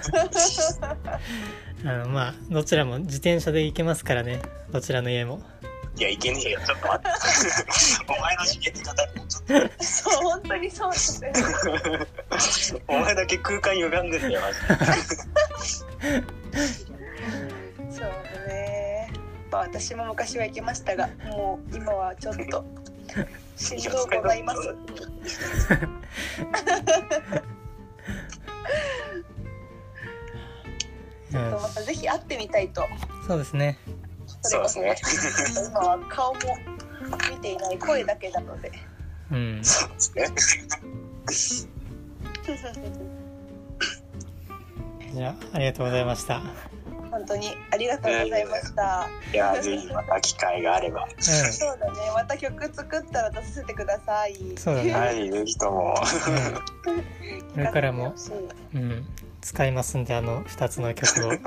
あのまあどちらも自転車で行けますからね、どちらの家も。 いや行けねえよちょっと待って。お前の次元に語るのちょっと。 そう本当にそうですね。 お前だけ空間歪んでんだよマジで。 そうね。まあ私も昔は行けましたが、もう今はちょっとしんどうございます。ちょっとまたぜひ会ってみたいと。 そうですね。 そうですね。 今は顔も見ていない声だけなので。 うん。 そうですね。 じゃあありがとうございました。 本当にありがとうございました。 いやぜひまた機会があれば。うん、 そうだね。また曲作ったら出させてください。 そうだね。 はいぜひとも。 うん、これからも、うん、使いますんであのふたつの曲を。はい。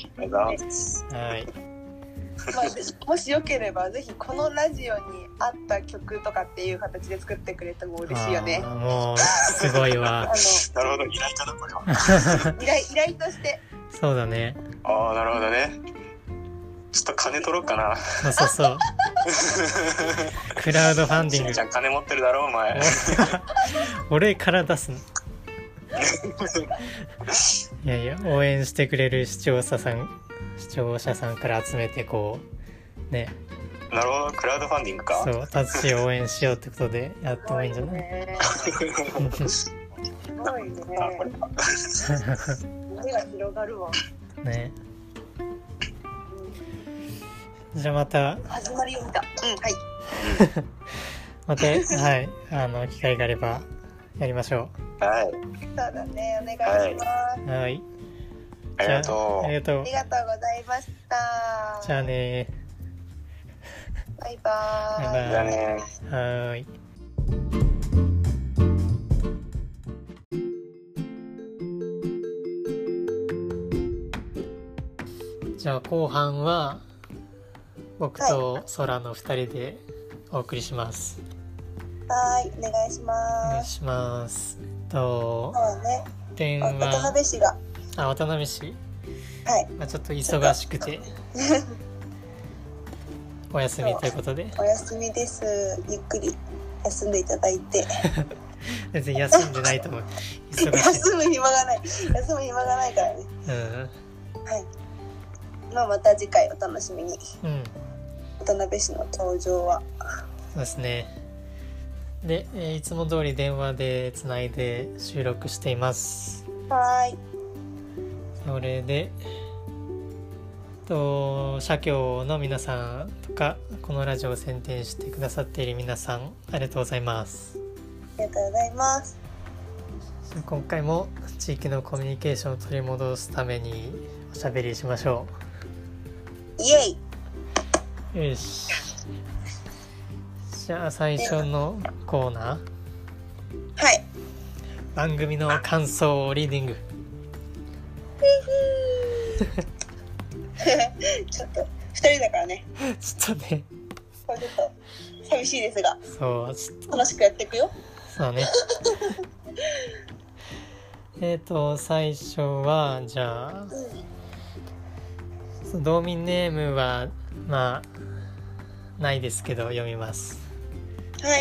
まあ、もしよければぜひこのラジオに合った曲とかっていう形で作ってくれても嬉しいよね。 もうすごいわ。あのなるほど依頼かなこれは。 依頼依頼として。 そうだね。 ああなるほどね。ちょっと金取ろうかな。 そうそうそう。クラウドファンディング。 しんちゃん金持ってるだろお前。 俺から出すの。いやいや応援してくれる視聴者さん視聴者さんから集めてこうね。 なるほどクラウドファンディングか。 そうタツシを応援しようってことでやってもいいんじゃない。 すごいね。目が広がるわ。 ね。じゃあまた始まりを見た。うんはい。 またはいあの機会があればやりましょう。はい。 そうだねお願いします。 はい。はいありがとう。 ありがとう。ありがとうございました。 じゃあね。 バイバーイ。 じゃあね。 はい。じゃあ後半は僕と空のふたりでお送りします。 はい、お願いします。 お願いします。と、 そうね。 電話。 渡辺氏が。 あ、渡辺氏。 はい。 まあちょっと忙しくてお休みということで。 お休みです。ゆっくり休んでいただいて。 別に休んでないと思う。忙しい。 休む暇がない休む暇がないからね。 うん。 はい。まあまた次回お楽しみに。 うん。 渡辺氏の登場は。 そうですね。で、えーいつも通り電話でつないで収録しています。 はーい。 それで、と社協の皆さんとかこのラジオを宣伝してくださっている皆さんありがとうございます。 ありがとうございます。 今回も地域のコミュニケーションを取り戻すためにおしゃべりしましょイエイ。 う。よし。じゃあ最初のコーナー、 はい。 番組の感想をリーディング。 ちょっと二人だからね。 ちょっとね。 これちょっと寂しいですが。 そうちょっと楽しくやっていくよ。 そうね。えっと最初はじゃあ、うん、道民ネームはまあないですけど読みます。 はい。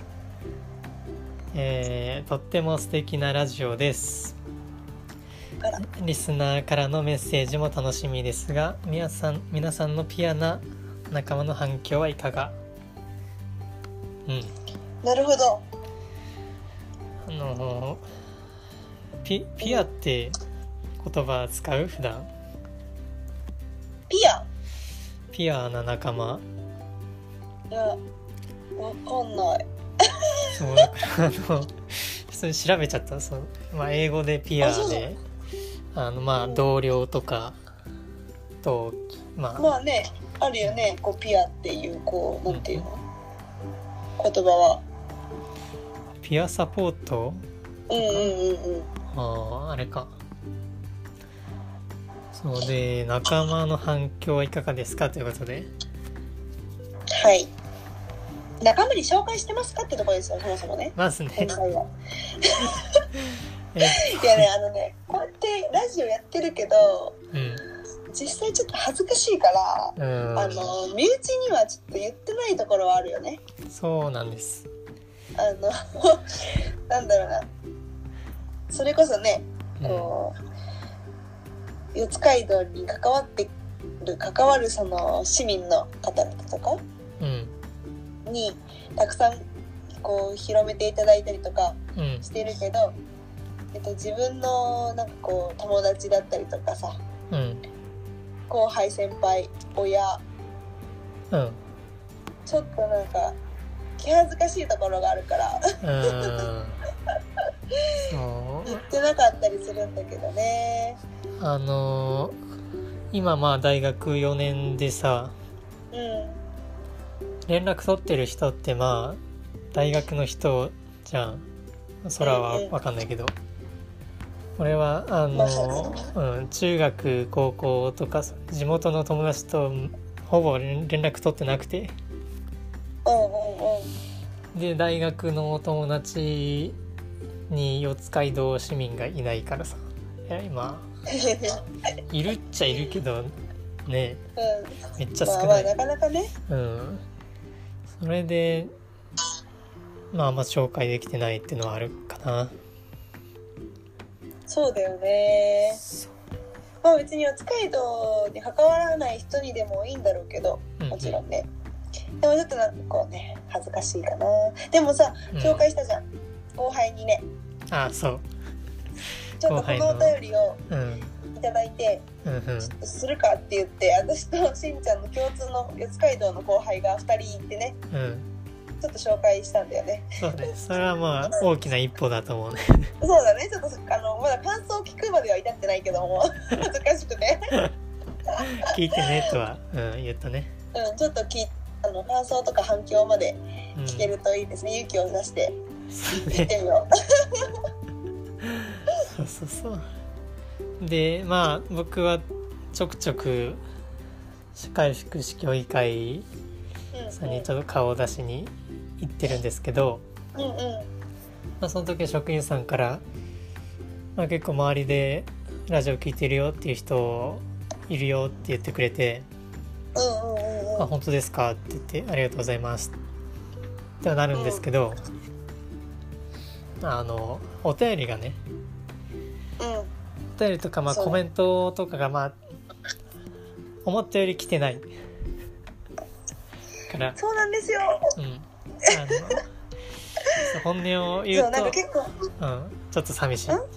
えー、とっても素敵なラジオです。リスナーからのメッセージも楽しみですが、皆さん皆さんのピュアな仲間の反響はいかが？うん。 なるほど。 あのピピュアって言葉使う？普段。 ピュア？ ピュアな仲間。 いや、わかんない。 そうだからあの普通に調べちゃった。そう、まあ英語でピュアで。あのまあ同僚とかとまあまあね、あるよね、こうピュアっていうこうなんていうの、うん、言葉はピュアサポート。 うんうんうんうん。 あああれか。そうで仲間の反響はいかがですかということで。 はい。仲間に紹介してますかってところですよ、そもそもね。 まずね。 今回は。いやね、あのね、こうやってラジオやってるけど、うん、実際ちょっと恥ずかしいから、うん、あの身内にはちょっと言ってないところはあるよね。 そうなんです。 あのなんだろうな、それこそね、こう、うん、四街道に関わってる関わるその市民の方々とかに、うん、たくさんこう広めていただいたりとかしてるけど、うんえっと、自分のなんかこう友達だったりとかさ、うん、後輩先輩親、うん、ちょっとなんか気恥ずかしいところがあるからうんそう言ってなかったりするんだけどね。 あのー、今まあ大学よねんでさ、うん、連絡取ってる人ってまあ大学の人じゃん。空は分かんないけど、うんうん俺はあの、うん、中学高校とか地元の友達とほぼ連絡取ってなくて、うんうんうん、で大学の友達に四街道市民がいないからさ、いや今いるっちゃいるけどね、うん、めっちゃ少ない、 まあまあなかなかね、 うん、それでまああんま紹介できてないっていうのはあるかな。 そうだよね。まあ別に四街道に関わらない人にでもいいんだろうけど、もちろんね、うんうん、でもちょっとなんかこうね恥ずかしいかな。でもさ紹介したじゃん、うん、後輩にね。 ああそうちょっとこのお便りをいただいて、うんうん、ちょっとするかって言って私としんちゃんの共通の四街道の後輩がふたりいてね、うんちょっと紹介したんだよね。 そうね。それはまあ大きな一歩だと思うね。 そうだね。ちょっとあのまだ感想を聞くまでは至ってないけども恥ずかしくて聞いてねとは、うん、言ったね。 うん、ちょっと聞あの感想とか反響まで聞けるといいですね。うん、勇気を出して聞いてみよう。そうそうそう。で、まあ僕はちょくちょく社会福祉協議会さんにちょっと顔を出しに行ってるんですけど、うんうんまあ、その時職員さんから、まあ、結構周りでラジオ聞いてるよっていう人いるよって言ってくれて、うんうんうん、あ本当ですかって言ってありがとうございますってはなるんですけど、 あのお便りがね、 うん、お便りとか、まあ、コメントとかが、まあ、思ったより来てないからそうなんですよ、 うん、あの本音を言うとそうなんか結構、 うん、ちょっと寂しい、 うん、うんうん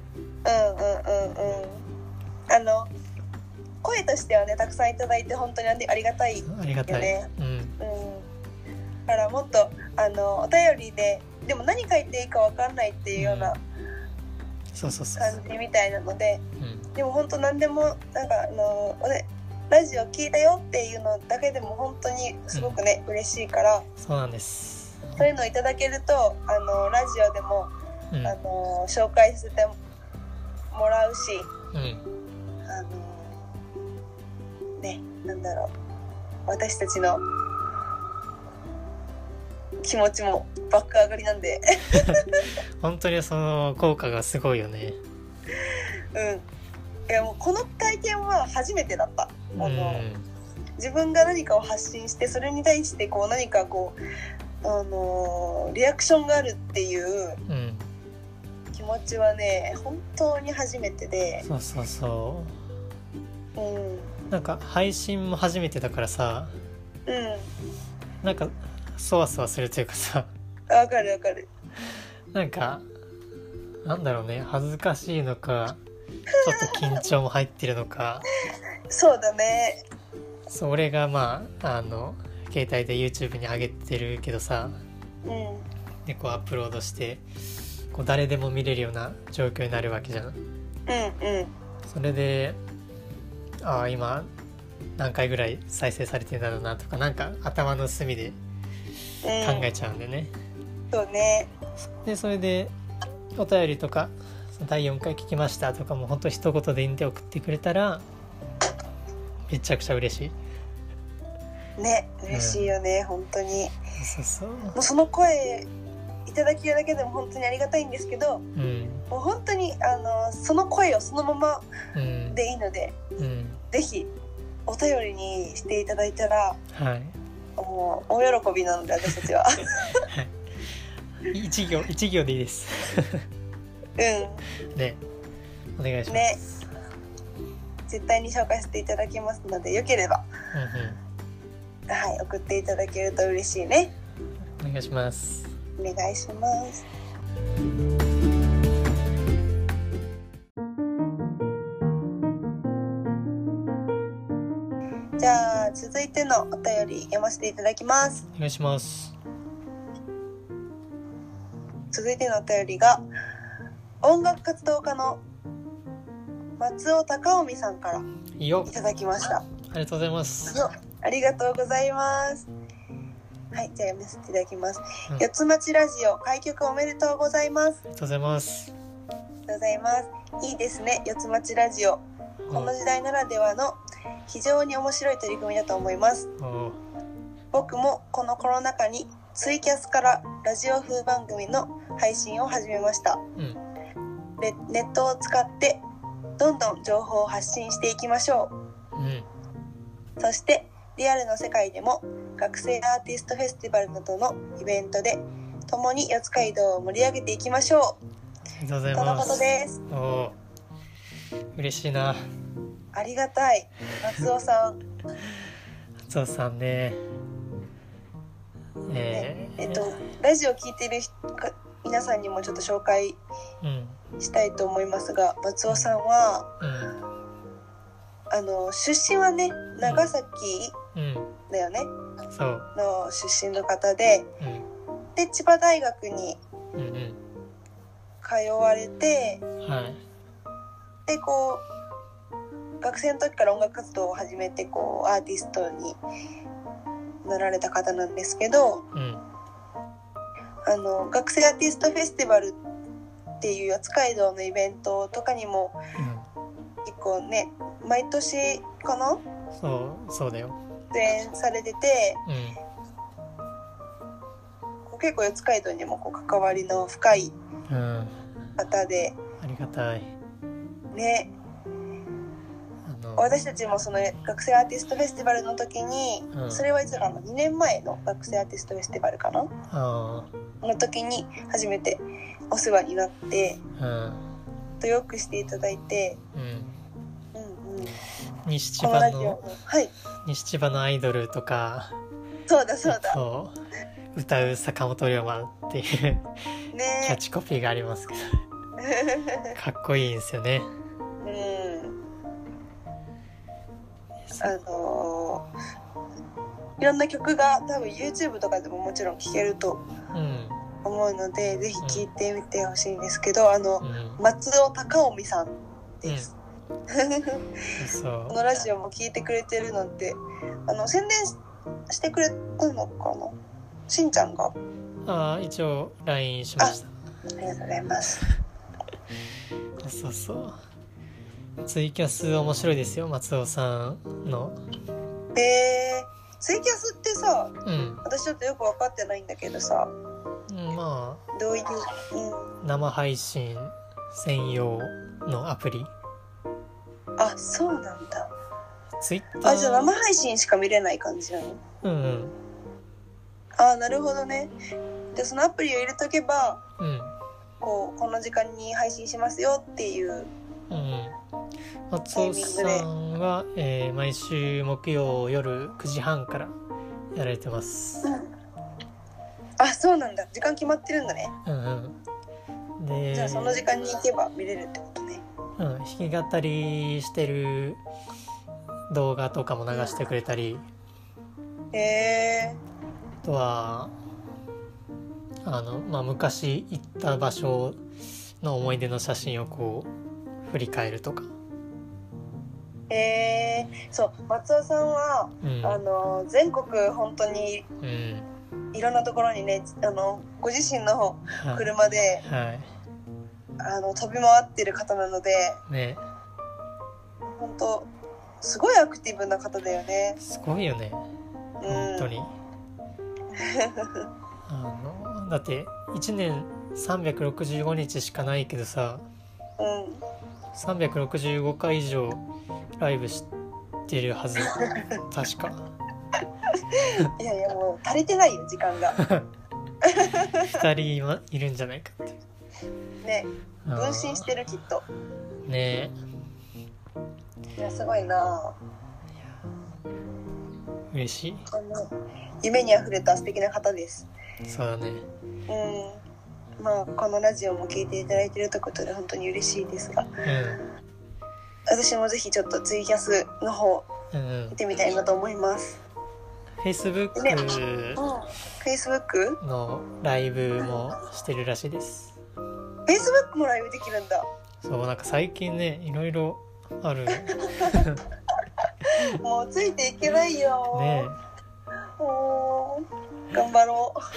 うんうんあの声としてはねたくさんいただいて本当にありがたいよね。 ありがたい、うんうん、だからもっとあのお便りででも何書いていいか分かんないっていうような感じみたいなので、うん、でも本当何でもなんかあのラジオ聞いたよっていうのだけでも本当にすごくね、うん、嬉しいから、 そうなんです。 そういうのをいただけるとあのラジオでも、うん、あの紹介させてもらうし、うん、あのね、なんだろう私たちの気持ちもバック上がりなんで本当にその効果がすごいよね。 うん、いやもうこの体験は初めてだった。あの、うん、自分が何かを発信してそれに対してこう何かこうあのリアクションがあるっていう気持ちはね、うん、本当に初めてで。 そうそうそう、うん、なんか配信も初めてだからさ、うん、なんかそわそわするというかさ、 わかるわかる。 なんかなんだろうね、恥ずかしいのかちょっと緊張も入ってるのかそうだね。 それがまああの携帯で YouTube に上げてるけどさ、うん、でこうアップロードしてこう誰でも見れるような状況になるわけじゃん。うんうん。それでああ今何回ぐらい再生されてるんだろうなとかなんか頭の隅で考えちゃうんでね、 うん、そうね。 でそれでお便りとかだいよんかい聞きましたとかもほんと一言でいいんで送ってくれたらめちゃくちゃ嬉しいね。嬉しいよね、うん、本当に。 そうそう、 もうその声いただけるだけでも本当にありがたいんですけど、うん、もう本当にあのその声をそのままでいいので、うん、ぜひお便りにしていただいたら、はい、もう大喜びなので私たちは、はい、 一行一行でいいですうんね、お願いします、ね、 絶対に紹介していただきますのでよければ、うんうん、はい送っていただけると嬉しいね。 お願いします。 お願いします。じゃあ続いてのお便り読ませていただきます。 お願いします。 続いてのお便りが音楽活動家の松尾高臣さんからいただきました。 ありがとうございます。 ありがとうございます。はい、じゃあ読ませていただきます。うん、四つ町ラジオ開局おめでとうございます。 ありがとうございます。 ありがとうございます。いいですね、四つ町ラジオ。この時代ならではの非常に面白い取り組みだと思います。僕もこのコロナ禍にツイキャスからラジオ風番組の配信を始めました。うん、でネットを使ってどんどん情報を発信していきましょう。うん、そしてリアルの世界でも学生アーティストフェスティバルなどのイベントで共に四街道を盛り上げていきましょう。 ありがとうございます。 とのことです。 お嬉しいな。 ありがたい。松尾さん松尾さんね、 えー、えっとラジオ聞いてる皆さんにもちょっと紹介したいと思いますが、うん、松尾さんは、うん、あの出身はね長崎だよね、うん、そうの出身の方で、うん、で千葉大学に通われて、うんはい、でこう学生の時から音楽活動を始めてこうアーティストになられた方なんですけど、うん、あの学生アーティストフェスティバルっていう四街道のイベントとかにも、うん、結構ね毎年かなそうそうだよ出演されてて、うん、結構四街道にもこう関わりの深い方で、 うん、ありがたいね。私たちもその学生アーティストフェスティバルの時に、うん、それはいつかなにねんまえの学生アーティストフェスティバルかなあの時に初めてお世話になって、 うん、 とよくしていただいて、 うんうんうん、 西千葉の、 はい、 西千葉のアイドルとか、 そうだそうだ、 そう歌う坂本龍馬っていうね、 キャッチコピーがありますけどかっこいいんですよね。 うん、あのー、いろんな曲が多分 YouTube とかでももちろん聴けると思うので、うん、ぜひ聴いてみてほしいんですけど、あの、うん、松尾高臣さんです、うん、そうこのラジオも聴いてくれてるので、あの宣伝 し, してくれたのかな、しんちゃんが。 あ、一応 ライン しました。 あ, ありがとうございますそうそう、ツイキャス面白いですよ、松尾さんの。 えー、ツイキャスってさ、 うん、 私ちょっとよく分かってないんだけどさ、 うん、まあどういう、 うん、生配信専用のアプリ。 あ、そうなんだ。 ツイッター、 あ、じゃあ生配信しか見れない感じなの？ うんうん。 あ、なるほどね。じゃあそのアプリを入れとけば、 うん、 こうこの時間に配信しますよっていう。 うん、松尾さんは、えー、毎週木曜夜くじはんからやられてます、 うん、あ、そうなんだ、時間決まってるんだね。 うんうん、でじゃあその時間に行けば見れるってことね。 うん、弾き語りしてる動画とかも流してくれたり、 へえー、あとはあの、まあ、昔行った場所の思い出の写真をこう振り返るとか。 えー、そう、松尾さんは、うん、あの全国本当にいろんなところにね、あのご自身の車で、はいはい、あの飛び回ってる方なので、 ね、 本当すごいアクティブな方だよね。 すごいよね、本当に、うん、あのだっていちねんさんびゃくろくじゅうごにちしかないけどさ、 うん、 さんびゃくろくじゅうごかい以上ライブしてるはず確かいやいや、もう足りてないよ時間がふたりいるんじゃないかってね、分身してるきっとね。 いや、すごいな。 嬉しい。 あの夢にあふれた素敵な方です。 そうだね。 うん。まあこのラジオも聞いていただいているということで本当に嬉しいですが、うん、私もぜひちょっとツイキャスの方見てみたいなと思います。 Facebook、 ね、うん、Facebook のライブもしてるらしいです。 Facebook もライブできるんだ。 そう、なんか最近ね、いろいろあるもうついていけないよね。 え、もう頑張ろう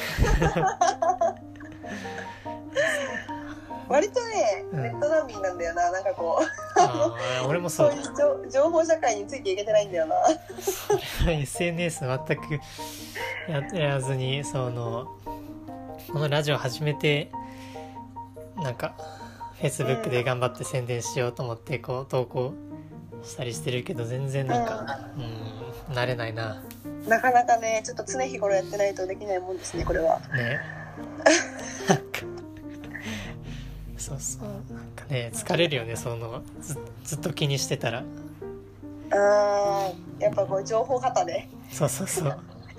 割とね、ネット難民なんだよな、うん、なんかこうあ俺もそうそういう情報社会についていけてないんだよなそれは エスエヌエス 全くやらずに、そのこのラジオ始めてなんか Facebook で頑張って宣伝しようと思ってこう投稿したりしてるけど、全然なんか、うん、慣れないな。 なかなかね、ちょっと常日頃やってないとできないもんですね、これはねそうそう、なんかね、疲れるよね、その ず, ずっと気にしてたら。 あー、やっぱこう情報型ね。 そうそうそう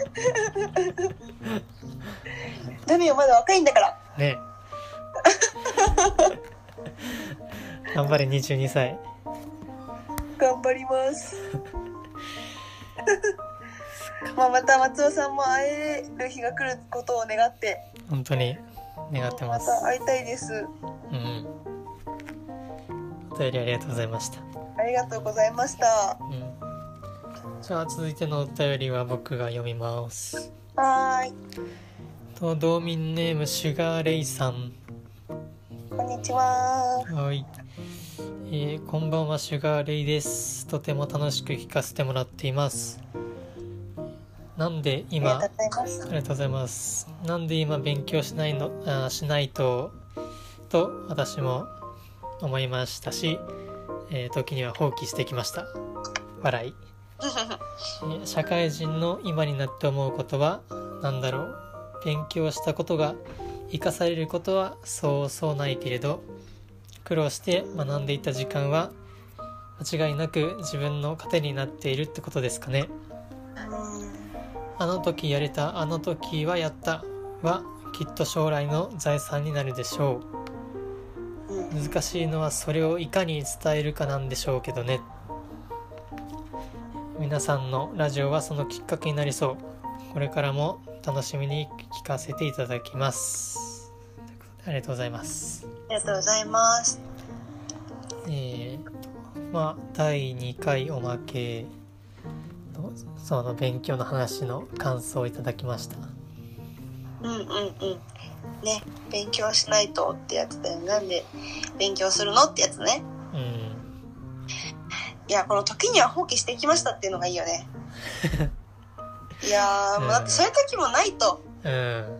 ダメよ、まだ若いんだからね頑張れにじゅうにさい。 頑張りますまあまた松尾さんも会える日が来ることを願って。 本当に願ってます。 また会いたいです。 うん。お便りありがとうございました。 ありがとうございました。 うん。じゃあ続いてのお便りは僕が読みます。 はーい。 と道民ネームシュガーレイさん。 こんにちは。 はい。えー、こんばんは、シュガーレイです。とても楽しく聞かせてもらっています。なんで今、 ありがとうございます。 ありがとうございます。なんで今勉強しないの、あ、しないとと私も思いましたし、えー、時には放棄してきました。笑い。えー、社会人の今になって思うことはなんだろう。勉強したことが生かされることはそうそうないけれど、苦労して学んでいた時間は間違いなく自分の糧になっているってことですかね。あの時やれた、あの時はやったはきっと将来の財産になるでしょう。難しいのはそれをいかに伝えるかなんでしょうけどね。皆さんのラジオはそのきっかけになりそう。これからも楽しみに聞かせていただきます。ありがとうございます。 ありがとうございます。 えーとまあだいにかいおまけのその勉強の話の感想をいただきました。 うんうんうんね、勉強しないとってやつだよね。なんで勉強するのってやつね。 うん。 いや、この時には放棄してきましたっていうのがいいよね。いやー、もうだってそういう時もないと。 うん。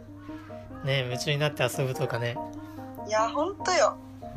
ね、夢中になって遊ぶとかね。 いや、ほんとよ。 うん。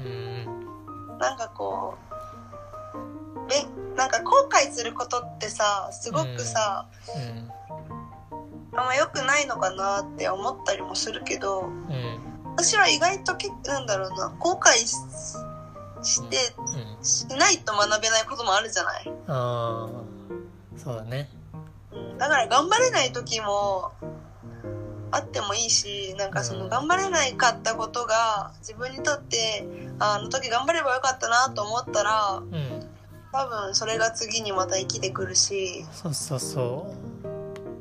なんかこう、べなんか後悔することってさ、すごくさ、 うんうんあんま良くないのかなって思ったりもするけど、 うん、 私は意外とけなんだろうな、後悔 し, して、うん、しないと学べないこともあるじゃない。 ああ、そうだね、 うん、だから頑張れない時もあってもいいし、なんかその頑張れないかったことが自分にとってあの時頑張ればよかったなと思ったら、うん、多分それが次にまた生きてくるし。 そうそうそう、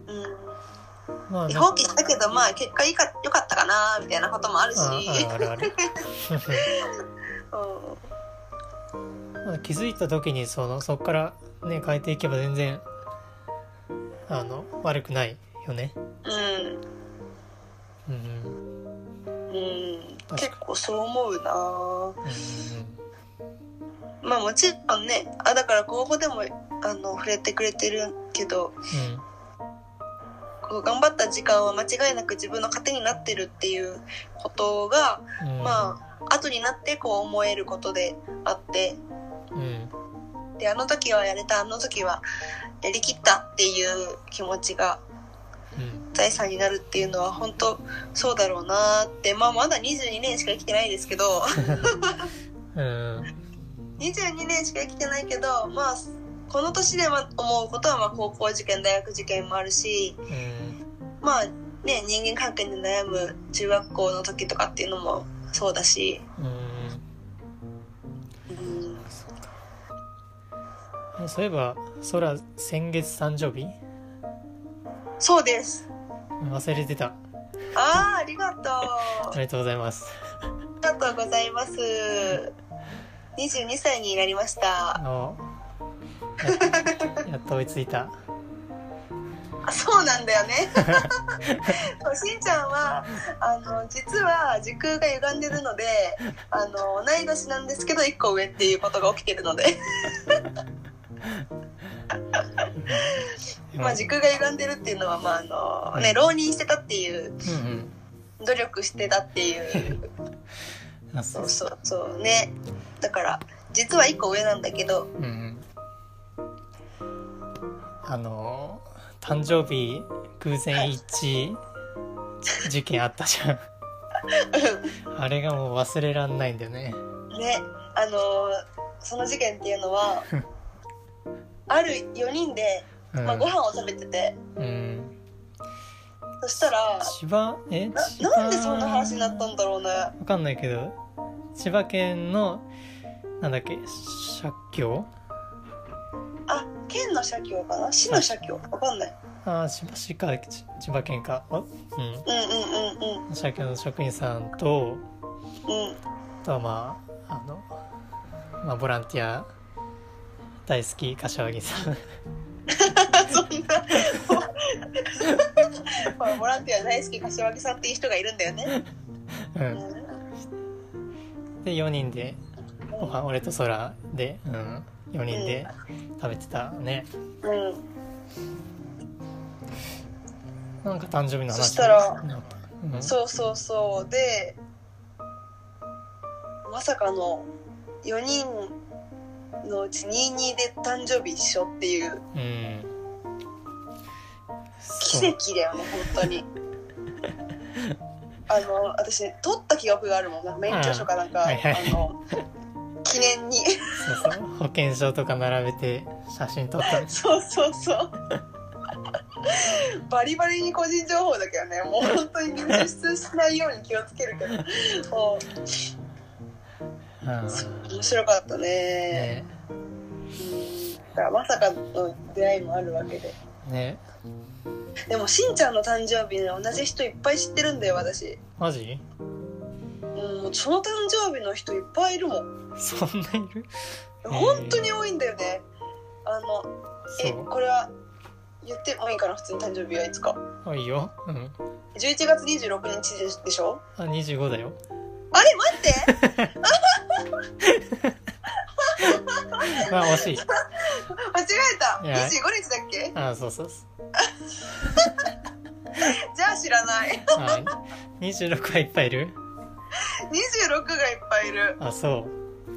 うん、まあ、 放棄したけどまあ結果いいか良かったかなみたいなこともあるし。 ああるあるうん、まあ、気づいた時にそのそこからね変えていけば全然あの悪くないよね。 うんうん、うん、結構そう思うな、うん、まあもちろんね、あだからここでもあの触れてくれてるけど、うんこう頑張った時間は間違いなく自分の糧になってるっていうことが、うん、まあ後になってこう思えることであって、うん、であの時はやれた、あの時はやりきったっていう気持ちが財産になるっていうのは本当そうだろうなって、まあまだにじゅうにねんしか生きてないですけど、うん、にじゅうにねんしか生きてないけど、まあこの年で思うことはまあ高校受験、大学受験もあるし、うん、まあね人間関係に悩む中学校の時とかっていうのもそうだし、 うんうん、そういえばソラ先月誕生日？ そうです。 忘れてた。 ああ、ありがとう。 ありがとうございます。 ありがとうございます。にじゅうにさいになりました。 や, やっと追いついた。 あ、そうなんだよね。しんちゃんはあの実は時空が歪んでるので、あの同い年なんですけどいっこ上っていうことが起きてるのでまあ時空が歪んでるっていうのは、まああのね、浪人してたっていう、うんうん、努力してたっていうそうそうそうね。だから実はいっこ上なんだけど、うんうん、 あの誕生日偶然一致事件あったじゃんあれがもう忘れらんないんだよね。 ね、あのその事件っていうのはあるよにんで、まあ、ご飯を食べてて、うん、そしたら千葉えな, なんでそんな話になったんだろうね。わかんないけど千葉県のなんだっけ社協あ県の社協かな市の社協わかんない。 あ千葉市か千葉県か、うん、うんうんうんうん社協の職員さんと、 うん、 あとはまああの、まあ、ボランティア大好き柏木さんそんなボランティア大好き柏木さんっていう人がいるんだよね、 うん、でよにんでご飯、俺と空で、うん、よにんで食べてたね、うんなんか誕生日の話そしたら、うん、そうそうそうでまさかのよにんのうちにじゅうにで誕生日一緒っていう、うん、奇跡だよね本当にあの私撮った記憶があるもん、免許証かなんか、はいはい、あの記念にそうそう、保険証とか並べて写真撮ったそうそうそうバリバリに個人情報だけどね、もう本当に流出しないように気をつけるけどもう面白かったね、ね、うん、だからまさかの出会いもあるわけでね。 でもしんちゃんの誕生日に同じ人いっぱい知ってるんだよ私。 マジ？ うん、もうその誕生日の人いっぱいいるもん。 そんないる？ 本当に多いんだよね。あのえこれは言ってもいいかな、普通に誕生日はいつか。 あ、いいよ。うん。 じゅういちがつにじゅうろくにちでしょ？ あ、にじゅうごだよ。 あれ待ってまあ惜しい。 間違えた。にじゅうごにちだっけ？ あ、そうそうそう。 じゃあ知らない。 にじゅうろくはいっぱいいる？ にじゅうろくがいっぱいいる。 あ、そう。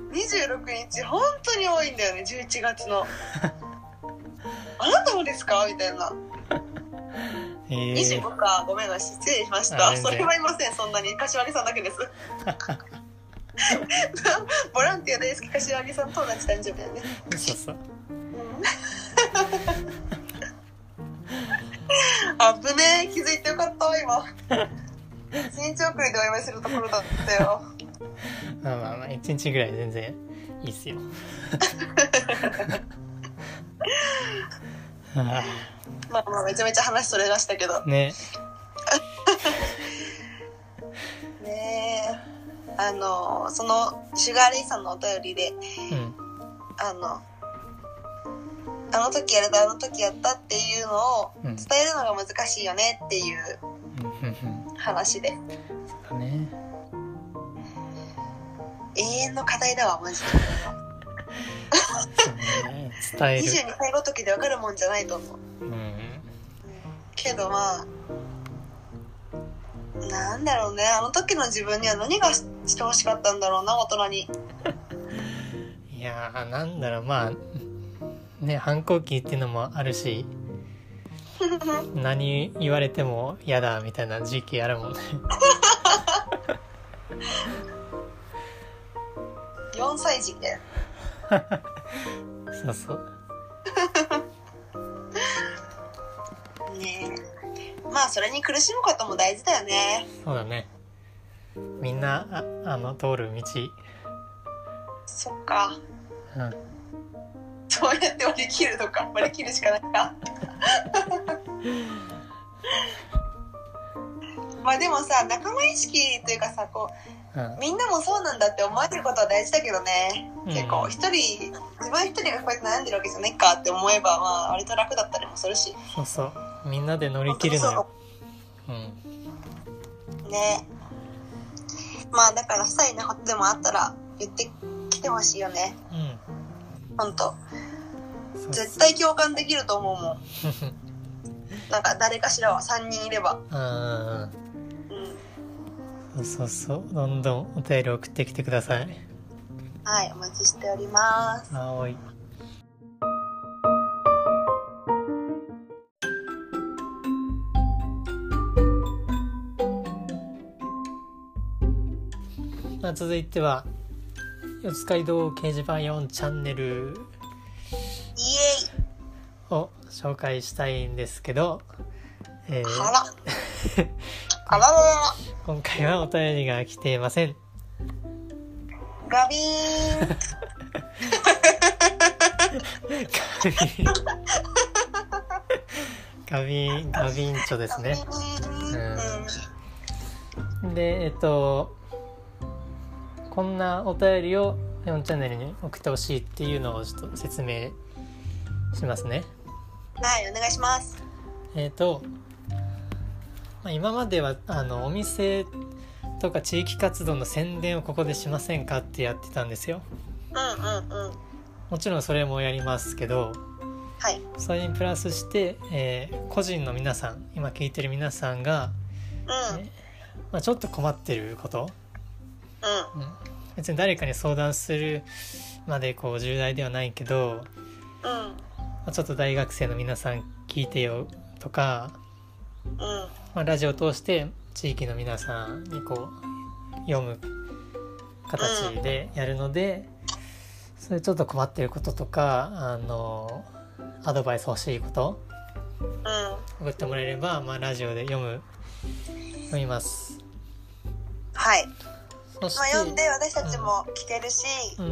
にじゅうろくにち本当に多いんだよね、じゅういちがつの。あなたもですかみたいな。えー、にじゅうごか、ごめんなさい、失礼しました。それはいません、そんなに。柏木さんだけです。ボランティア大好き柏木さんと同じ誕生日だね。 そうそう。 あぶねえ、気づいてよかったわ今。一日遅れでお祝いするところだったよ。 まあまあまあ一日ぐらい全然いいっすよ。 まあまあめちゃめちゃ話それましたけどね。 ねえ、あのそのシュガーレイさんのお便りで、うん、あのあの時やれたあの時やったっていうのを伝えるのが難しいよねっていう話で、うん、 そうだね、 永遠の課題だわマジで。 ね、伝える。 にじゅうにさいごときで分かるもんじゃないと思う、うん、けどまあなんだろうね、あの時の自分には何がしてほしかったんだろうな、大人に。 いやーなんだろう、まあね、反抗期っていうのもあるし何言われても嫌だみたいな時期あるもんね。 よんさい児でそうそうねえ、まあそれに苦しむことも大事だよね。 そうだね、みんな あ, あの通る道。 そっか、 うん、 そうやって割り切るのか、割り切るしかないか。まあでもさ、仲間意識というかさ、こう、うん、みんなもそうなんだって思われることは大事だけどね、うん、結構一人自分一人がこうやって悩んでるわけじゃないかって思えば、まあ割と楽だったりもするし。 そうそう、みんなで乗り切るのよ。うん、 ね、まあだから些細なことでもあったら言ってきてほしいよね。うん、ほんと絶対共感できると思うもん。なんか誰かしらはさんにんいれば。 あ、うん、そうそうそう、どんどんお便り送ってきてください。 はい、お待ちしております。 はい。まあ、続いては四街道掲示板よんチャンネルイエイを紹介したいんですけど、えー、 あらあららら今回はお便りが来ていません。 ガビーンガビーンガビンチョですね。うん、でえっとこんなお便りをよんチャンネルに送ってほしいっていうのをちょっと説明しますね。 はい、お願いします。 えっと、まあ、今まではあのお店とか地域活動の宣伝をここでしませんかってやってたんですよ。 うんうんうん。もちろんそれもやりますけど、 はい。 それにプラスして、えー、個人の皆さん、今聞いてる皆さんが、 うん、 えーまあ、ちょっと困ってること、 うんうん、 別に誰かに相談するまでこう重大ではないけど、 うんまあ、ちょっと大学生の皆さん聞いてよとか、 うんまあ、ラジオを通して地域の皆さんにこう読む形でやるので、うん、それちょっと困ってることとかあのアドバイス欲しいこと、うん、送ってもらえれば、まあ、ラジオで読む読みます。 はい。まあ、読んで私たちも聞けるし、うんうん、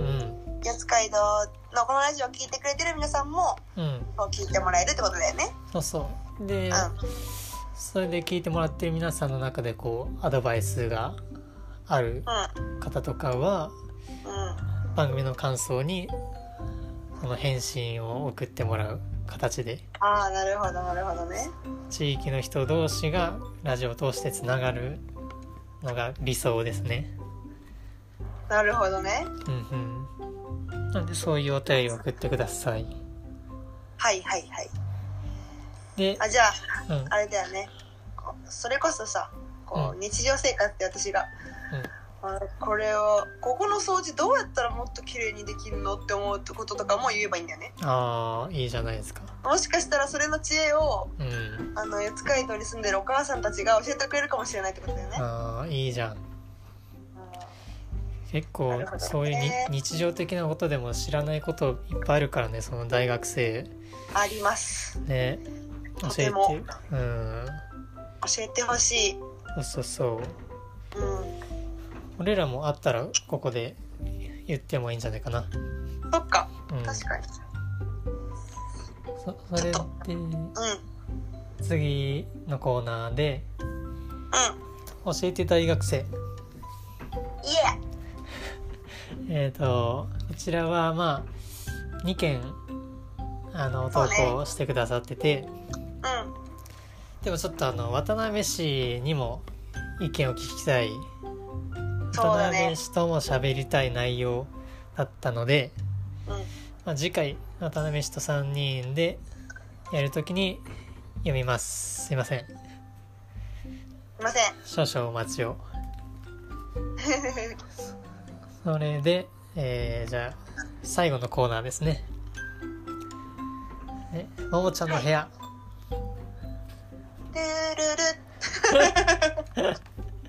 四街道のこのラジオを聞いてくれてる皆さんも、うん、聞いてもらえるってことだよね。 そうそうで、うん、それで聞いてもらってる皆さんの中でこうアドバイスがある方とかは、うん、番組の感想にその返信を送ってもらう形で、 ああなるほどなるほどね、 地域の人同士がラジオを通してつながるのが理想ですね。 なるほどね。 うんうん。なんでそういうお便りを送ってください。 はいはいはい。 で、 あじゃあ、うん、あれだよね。それこそさ、こう、うん、日常生活で私が、うん、あこれをここの掃除どうやったらもっと綺麗にできるのって思うこととかも言えばいいんだよね。 ああいいじゃないですか。 もしかしたらそれの知恵を、うん、あの四街道に住んでるお母さんたちが教えてくれるかもしれないってことだよね。 ああいいじゃん。結構そういうに日常的なことでも知らないこといっぱいあるからね、その大学生ありますね、教えて、うん、 教えてほしい。 そうそうそう、うん、俺らもあったらここで言ってもいいんじゃないかな。 そっか、うん、確かに。 そ, それで、うん、次のコーナーで、うん、教えて大学生、 イエーえーとこちらはまあにけんあの投稿してくださってて、ね、うん、でもちょっとあの渡辺氏にも意見を聞きたい、渡辺氏とも喋りたい内容だったので、うん、まあ、次回渡辺氏とさんにんでやるときに読みます。すいません。すいません。 少々お待ちを。それで、えー、じゃあ最後のコーナーですね。え、ももちゃんの部屋。 ルルル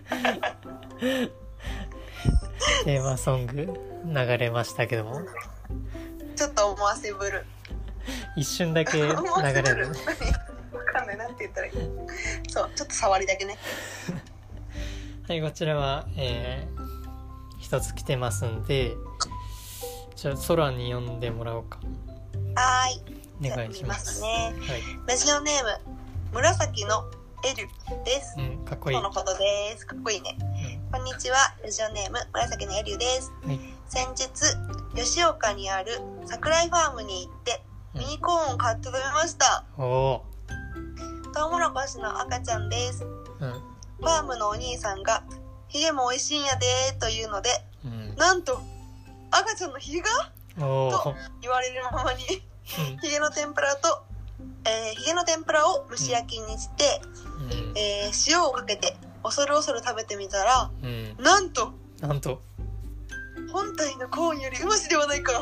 テーマソング流れましたけども、 ちょっと思わせぶる。 一瞬だけ流れる。わかんないなんて言ったらいい。そう、ちょっと触りだけね。 はい、こちらは、えー一つ来てますんで、じゃあ空に読んでもらおうか。 はーい、お願いします。 ね、はい、ラジオネーム紫のエルです、 うん、かっこいい。 そのことです。かっこいいね、うん、こんにちは。ラジオネーム紫のエルです、はい、先日吉岡にある桜井ファームに行ってミニコーンを買って食べました、うん、おー、トウモロコシの赤ちゃんです、うん、ファームのお兄さんがヒゲも美味しいんやでというので、うん、なんと赤ちゃんのヒゲがと言われるままにヒゲの天ぷらと、えー、ヒゲの天ぷらを蒸し焼きにして、うん、えー、塩をかけて恐る恐る食べてみたら、うん、なんとなんと本体のコーンよりうましではないか。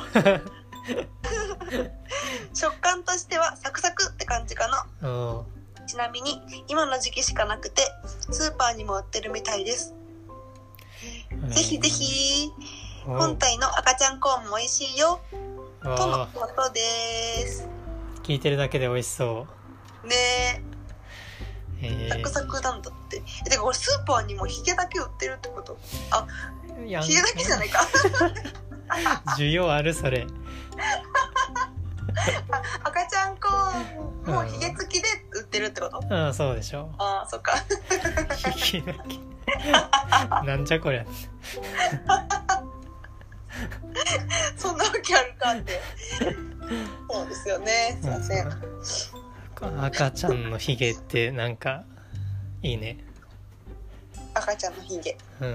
食感としてはサクサクって感じかな。ちなみに今の時期しかなくてスーパーにも売ってるみたいです。ぜひぜひ本体の赤ちゃんコーンも美味しいよとのことです。 聞いてるだけで美味しそうねえ。サクサクなんだって。え、てかこれスーパーにもヒゲだけ売ってるってこと？あ、ヒゲだけじゃないか。 需要あるそれ。 赤ちゃんコーンもヒゲ付きで売ってるってこと？ うん、ああそうでしょ。 ああ、そっか。 ヒゲだけ。なんじゃこりゃ。 そんなわけあるかって。そうですよね。すいません。 赤ちゃんのヒゲってなんかいいね。 赤ちゃんのヒゲ。うん。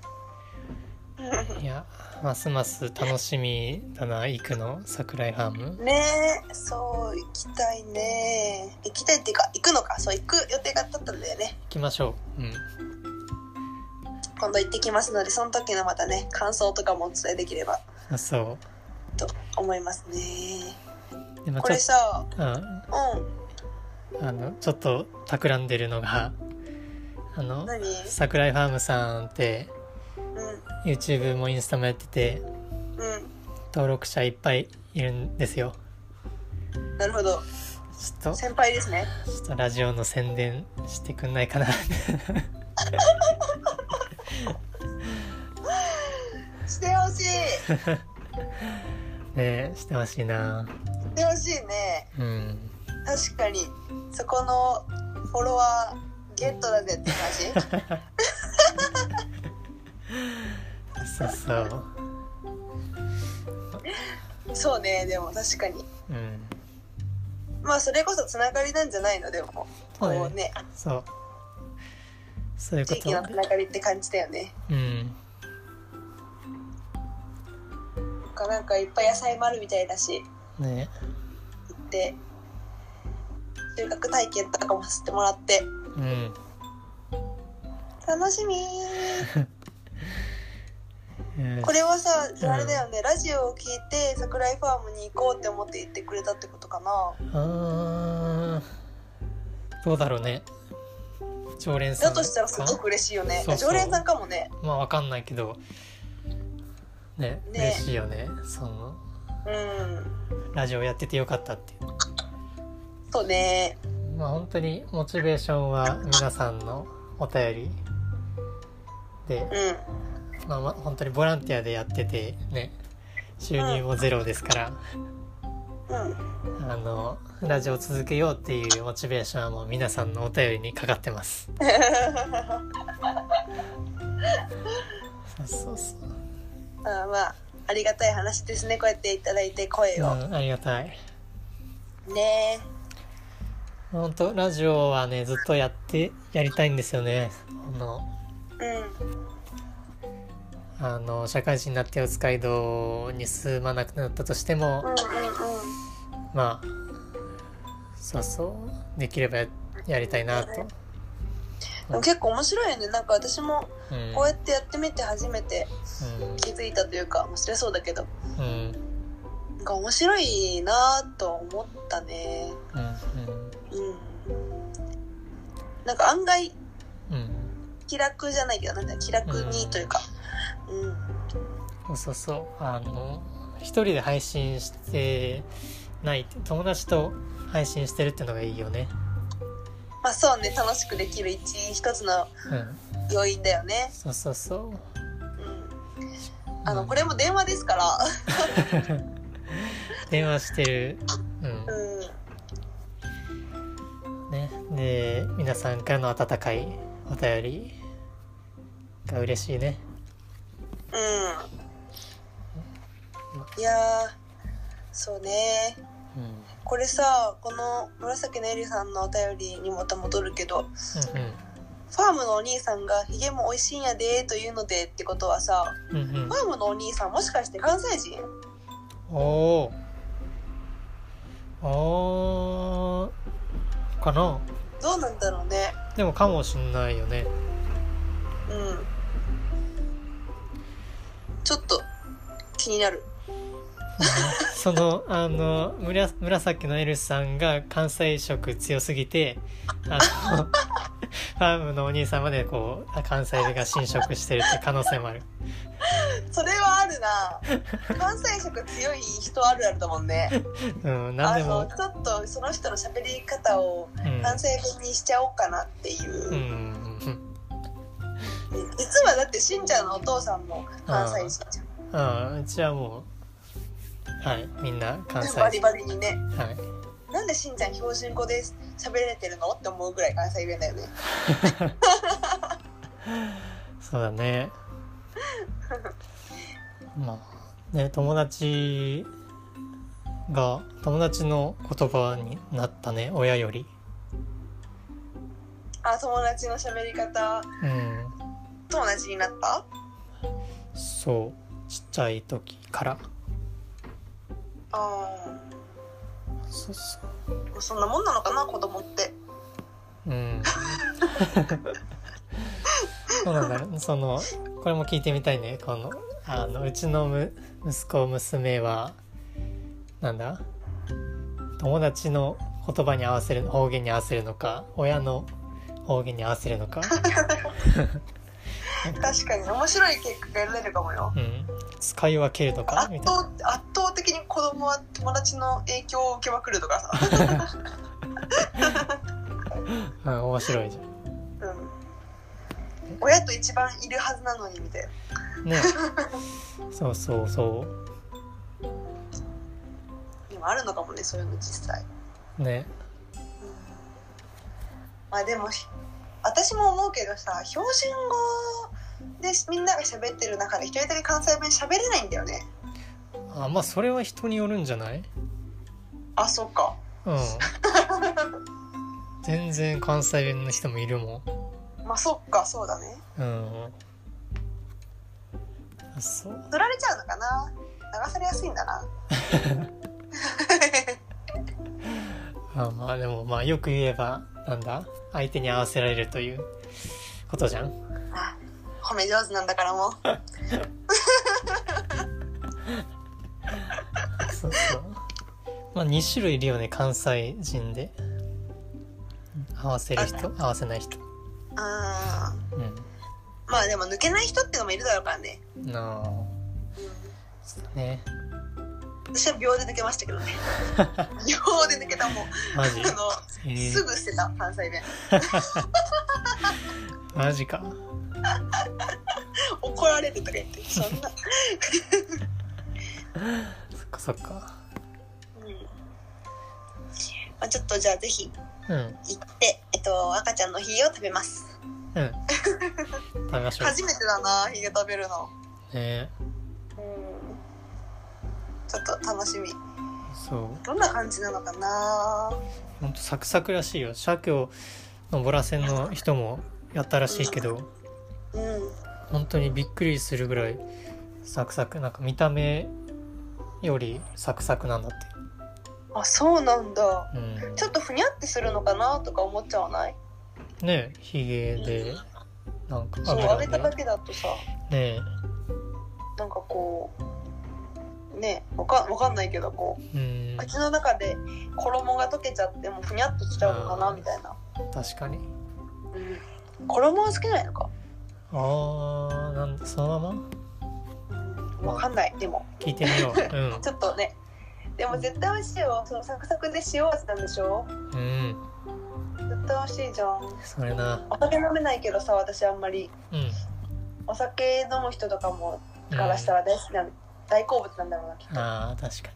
いや、ますます楽しみだな、行くの、桜井ファーム。 ねえ、そう行きたいね。行きたいっていうか行くのか、そう行く予定が立ったんだよね。 行きましょう。うん。 今度行ってきますので、その時のまたね感想とかもお伝えできれば。 あ、そう。 と思いますね。でもこれさ、うん、 うん、あのちょっと企んでるのが、 あの何？ 桜井ファームさんってうん YouTube もインスタもやっててうん登録者いっぱいいるんですよ。 なるほど。 ちょっと先輩ですね。 ちょっとラジオの宣伝してくんないかなしてほしい。 ねえしてほしいな。 してほしいね。 うん確かにそこのフォロワーゲットだぜって感じ。 そうそうそうね。でも確かにうんまあそれこそつながりなんじゃないの。でもそうねこうねそうそういうこ地域のつながりって感じだよね。 とうんかなんかいっぱい野菜もあるみたいだしね行って収穫体験とかもさせてもらってうん楽しみうんこれはさうんあれだよね、ラジオを聞いて桜井ファームに行こうって思って言ってくれたってことかな。 あーどうだろうね常連さんだとしたらすごく嬉しいよね。 そうそう常連さんかもね。 まあわかんないけどねね嬉しいよねそのうんラジオやっててよかったっていうそうね。 まあ本当にモチベーションは皆さんのお便りで、 うんまあ、まあ本当にボランティアでやっててね収入もゼロですから、 うんあのラジオを続けようっていうモチベーションはもう皆さんのお便りにかかってますそうそうそうあまあありがたい話ですね。こうやっていただいて声を、 うん、ありがたいね本当ラジオはねずっとやってやりたいんですよね。あのうんあの社会人になって四街道に住まなくなったとしても、 うんうんうんまあそうそうできれば や, やりたいなと、 でも結構面白いよね。なんか私もうん、 こうやってやってみて初めてうん気づいたというか、まあそりゃそうだけどうんなんか面白いなと思ったね。 うんうんなんか案外うんうん気楽じゃないけどなんだ気楽にというかうんそうそうそうあの一人で配信してないって友達と配信してるってのがいいよね。 まあそうね。楽しくできる一一つのうん要因だよね。 そうそうそううんあのこれも電話ですから電話してるうんうんねで皆さんからの温かいお便りが嬉しいね。 うんいやーそうね。 うんこれさこの紫のエリさんのお便りにまた戻るけど、 うんファームのお兄さんがヒゲも美味しいんやでというのでってことはさ、 うんうんうんファームのお兄さんもしかして関西人？ おーおーかな。 どうなんだろうね。 でもかもしんないよね。 うんちょっと気になる。 そのあのむら紫のエルさんが関西色強すぎてあのファームのお兄さんまでこう関西が侵食してるって可能性もある。 それはあるな。関西色強い人あるあるだもんね。 うん何でもあのちょっとその人の喋り方をうん関西弁にしちゃおうかなっていう、 うんうん実はだってしんちゃんのお父さんも関西人じゃん。 ああうちはもうはいみんな関西バリバリにね。 はいなんでしんちゃん標準語で喋れてるのって思うぐらい関西弁だよね。 そうだね。まあね友達が友達の言葉になったね親より。 あ友達の喋り方うん友達になった？ そうちっちゃい時からあそうそあそんなもんなのかな子供って。 ううんそうなんだろうそのこれも聞いてみたいね。このあのうちのむ息子娘はなんだ友達の言葉に合わせる方言に合わせるのか親の方言に合わせるのか確かに面白い結果が得られるかもよ、 うん、使い分けるのかみたいな。 圧倒、圧倒的に子供は友達の影響を受けまくるとかさうん、面白いじゃん、 うん、親と一番いるはずなのにみたいなねそうそうそう今あるのかもね、そういうの実際ね、 うん、まあでも私も思うけどさ、標準語でみんなが喋ってる中で一人だけ関西弁喋れないんだよね。 あ、まあそれは人によるんじゃない？ あ、そっか。 うん全然関西弁の人もいるもん。まあそっか、そうだね。 うん。そう。 釣られちゃうのかな。流されやすいんだな。 あ、まあでもまあよく言えばなんだ、相手に合わせられるということじゃん。 あ、褒め上手なんだからもう。 そうそう。まあに種類いるよね、関西人で。合わせる人、合わせない人。 ああ、 うん。 まあでも抜けない人ってのもいるだろうからね。 なあ、うん、ね。 私は秒で抜けましたけどね。秒で抜けたもん。 マジ？ あの、 えー、 すぐ捨てた関西弁。 マジか。 怒られるとか言ってそんな。 そっかそっか。 うん。まあちょっとじゃあぜひ。 うん、 行って、えっと、赤ちゃんのヒゲを食べます。 うん。食べましょう。 初めてだな、ヒゲ食べるの。 ね。 うん。ちょっと楽しみ。 そう。 どんな感じなのかな。 ほんとサクサクらしいよ。社協のボラ線の人もやったらしいけど、 うん。うん、 本当にびっくりするぐらいサクサク。なんか見た目よりサクサクなんだって。 あ、そうなんだ、 うん、 ちょっとふにゃってするのかなとか思っちゃわないねえ、ヒゲでなんかそう上げただけだとさ、 ねえ、 なんかこうねえ、わか、わかんないけどこう、うん、口の中で衣が溶けちゃってもふにゃっとしちゃうのかなみたいな。 確かに、 うん、衣はつけないのか。 あー、なんそのままわかんない。でも聞いてみよう、うん、ちょっとね。でも絶対美味しいよ。そのサクサクで塩味なんでしょ。 うん。 絶対美味しいじゃん。 それな。 お酒飲めないけどさ、私あんまり。 うん。 お酒飲む人とかもからしたら大好きな、うん、大好物なんだろうなきっと。 ああ、確か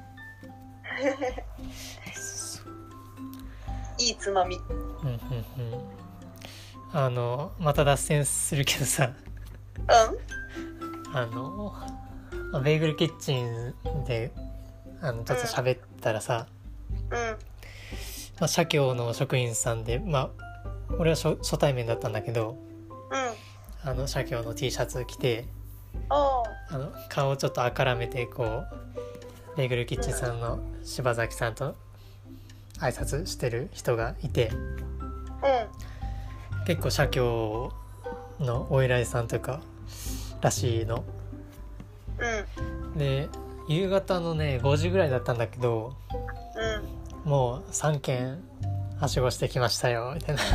に。いいつまみ。 うんうんうん。あのまた脱線するけどさ。 うん。 あのベーグルキッチンで。あのちょっと喋ったらさ、 うん、 まあ、社協の職員さんで、まあ俺は 初, 初対面だったんだけど、 うん、 あの社協の T シャツ着て、 あの顔をちょっとあからめてこうベーグルキッチンさんの柴崎さんと挨拶してる人がいて、 うん、 結構社協のお偉いさんというからしいの、 うん、 で夕方のねごじぐらいだったんだけど、うん、もうさんけんはしごしてきましたよみたいな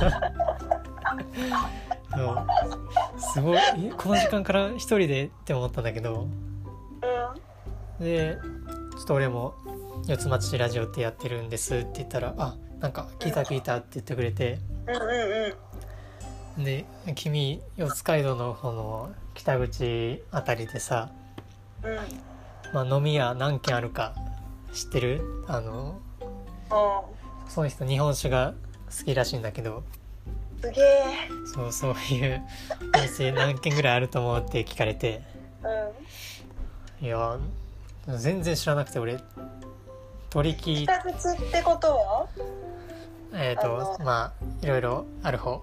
すごいこの時間から一人でって思ったんだけど、うん、でちょっと俺も四つ町ラジオってやってるんですって言ったら、あ、なんか聞いた聞いたって言ってくれて、 うんうんうん、 で君四街道の方の北口あたりでさ、うん、まあ、飲み屋何軒あるか知ってる？あの、その人日本酒が好きらしいんだけど、 すげえ、 そうそういうお店何軒ぐらいあると思うって聞かれて、うん、いや全然知らなくて、俺取引北口ってことはえっ、ー、とまあいろいろある方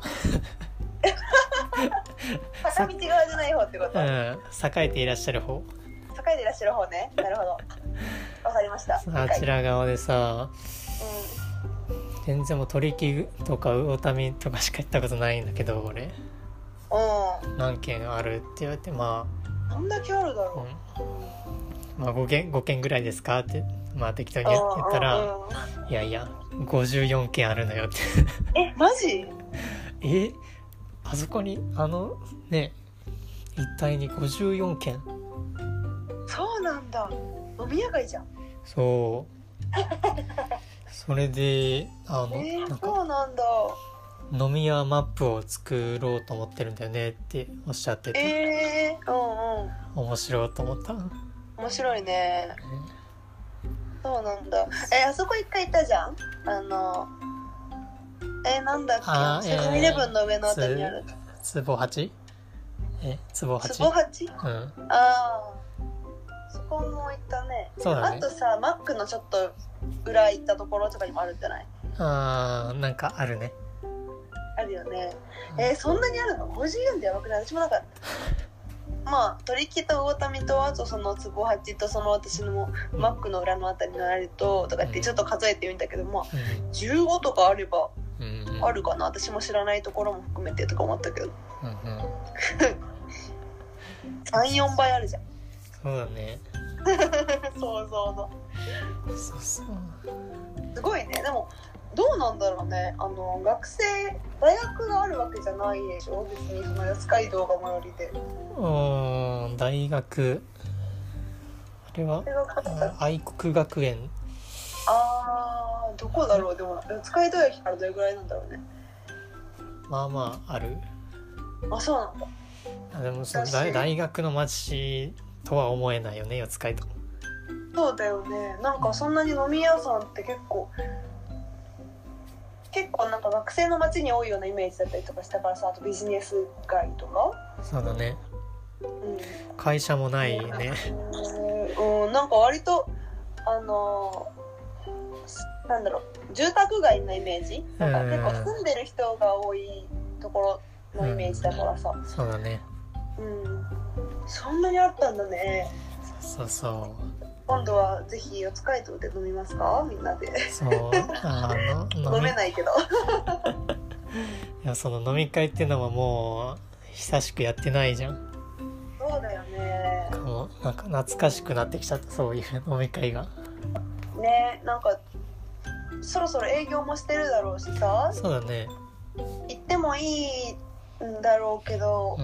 坂道側じゃない方ってこと？うん、 栄えていらっしゃる方、 栄えていらっしゃる方ね。なるほど、わかりました。 あちら側でさ、うん、全然もう取引とか魚民とかしか行ったことないんだけど俺、うん、何軒あるって言われて、まあどんだけあるだろう、 うん、まあ 5, 軒ごけんぐらいですかってまあ適当に言ったら、うん、いやいやごじゅうよんけんあるのよってえマジ？ えあそこにあのね一帯にごじゅうよんけん。 そうなんだ。飲み屋街じゃん。 そうそれであの、 えー、 なんかそうなんだ。 飲み屋マップを作ろうと思ってるんだよねっておっしゃってて、 えー、うんうん面白いと思った。 面白いね。そうなんだ。えあそこ一回行ったじゃん。あのえなんだっあけセブンイレブンの上のあたりにあるつぼはちえつぼはちつぼはち、 うん、 ああそこも行ったね。 そうだね。 あとさマックのちょっと裏行ったところとかにもあるんじゃない？ あーなんかあるね。 あるよね。えー、そんなにあるの？ごじゅうよんってやばくない？私もなんかまあ鳥木と魚民とあとそのつぼはちとその私のマックの裏のあたりのあれととかってちょっと数えてみたけども、うん、じゅうごとかあればあるかな、私も知らないところも含めてとか思ったけど、うんうん、さん、よんばいあるじゃん。 そうだねそうそうそうそうそうすごいね。でもどうなんだろうね。あの学生大学があるわけじゃないでしょ別に。その四街道が最寄りで。 うん、大学あれは愛国学園。 あーどこだろう。でも四街道駅からどれぐらいなんだろうね。 まあまあある。 あそうなんだ。 あでもその 大, 大学の街とは思えないよね四街道。 そうだよね。なんかそんなに飲み屋さんって結構結構なんか学生の街に多いようなイメージだったりとかしたからさ。あとビジネス街とか。 そうだね、うん、会社もないね。 うん、なんか割とあのなんだろう住宅街のイメージ。なんか結構住んでる人が多いところのイメージだからさ、 うん、そうだね。 うんそんなにあったんだね。 そうそう今度はぜひ四街道で飲みますかみんなで。 そうあの飲めないけどいやその飲み会っていうのはもう久しくやってないじゃん。 そうだよね。 もうなんか懐かしくなってきちゃったそういう飲み会がね。なんかそろそろ営業もしてるだろうしさ。 そうだね。 行ってもいいんだろうけど、うん、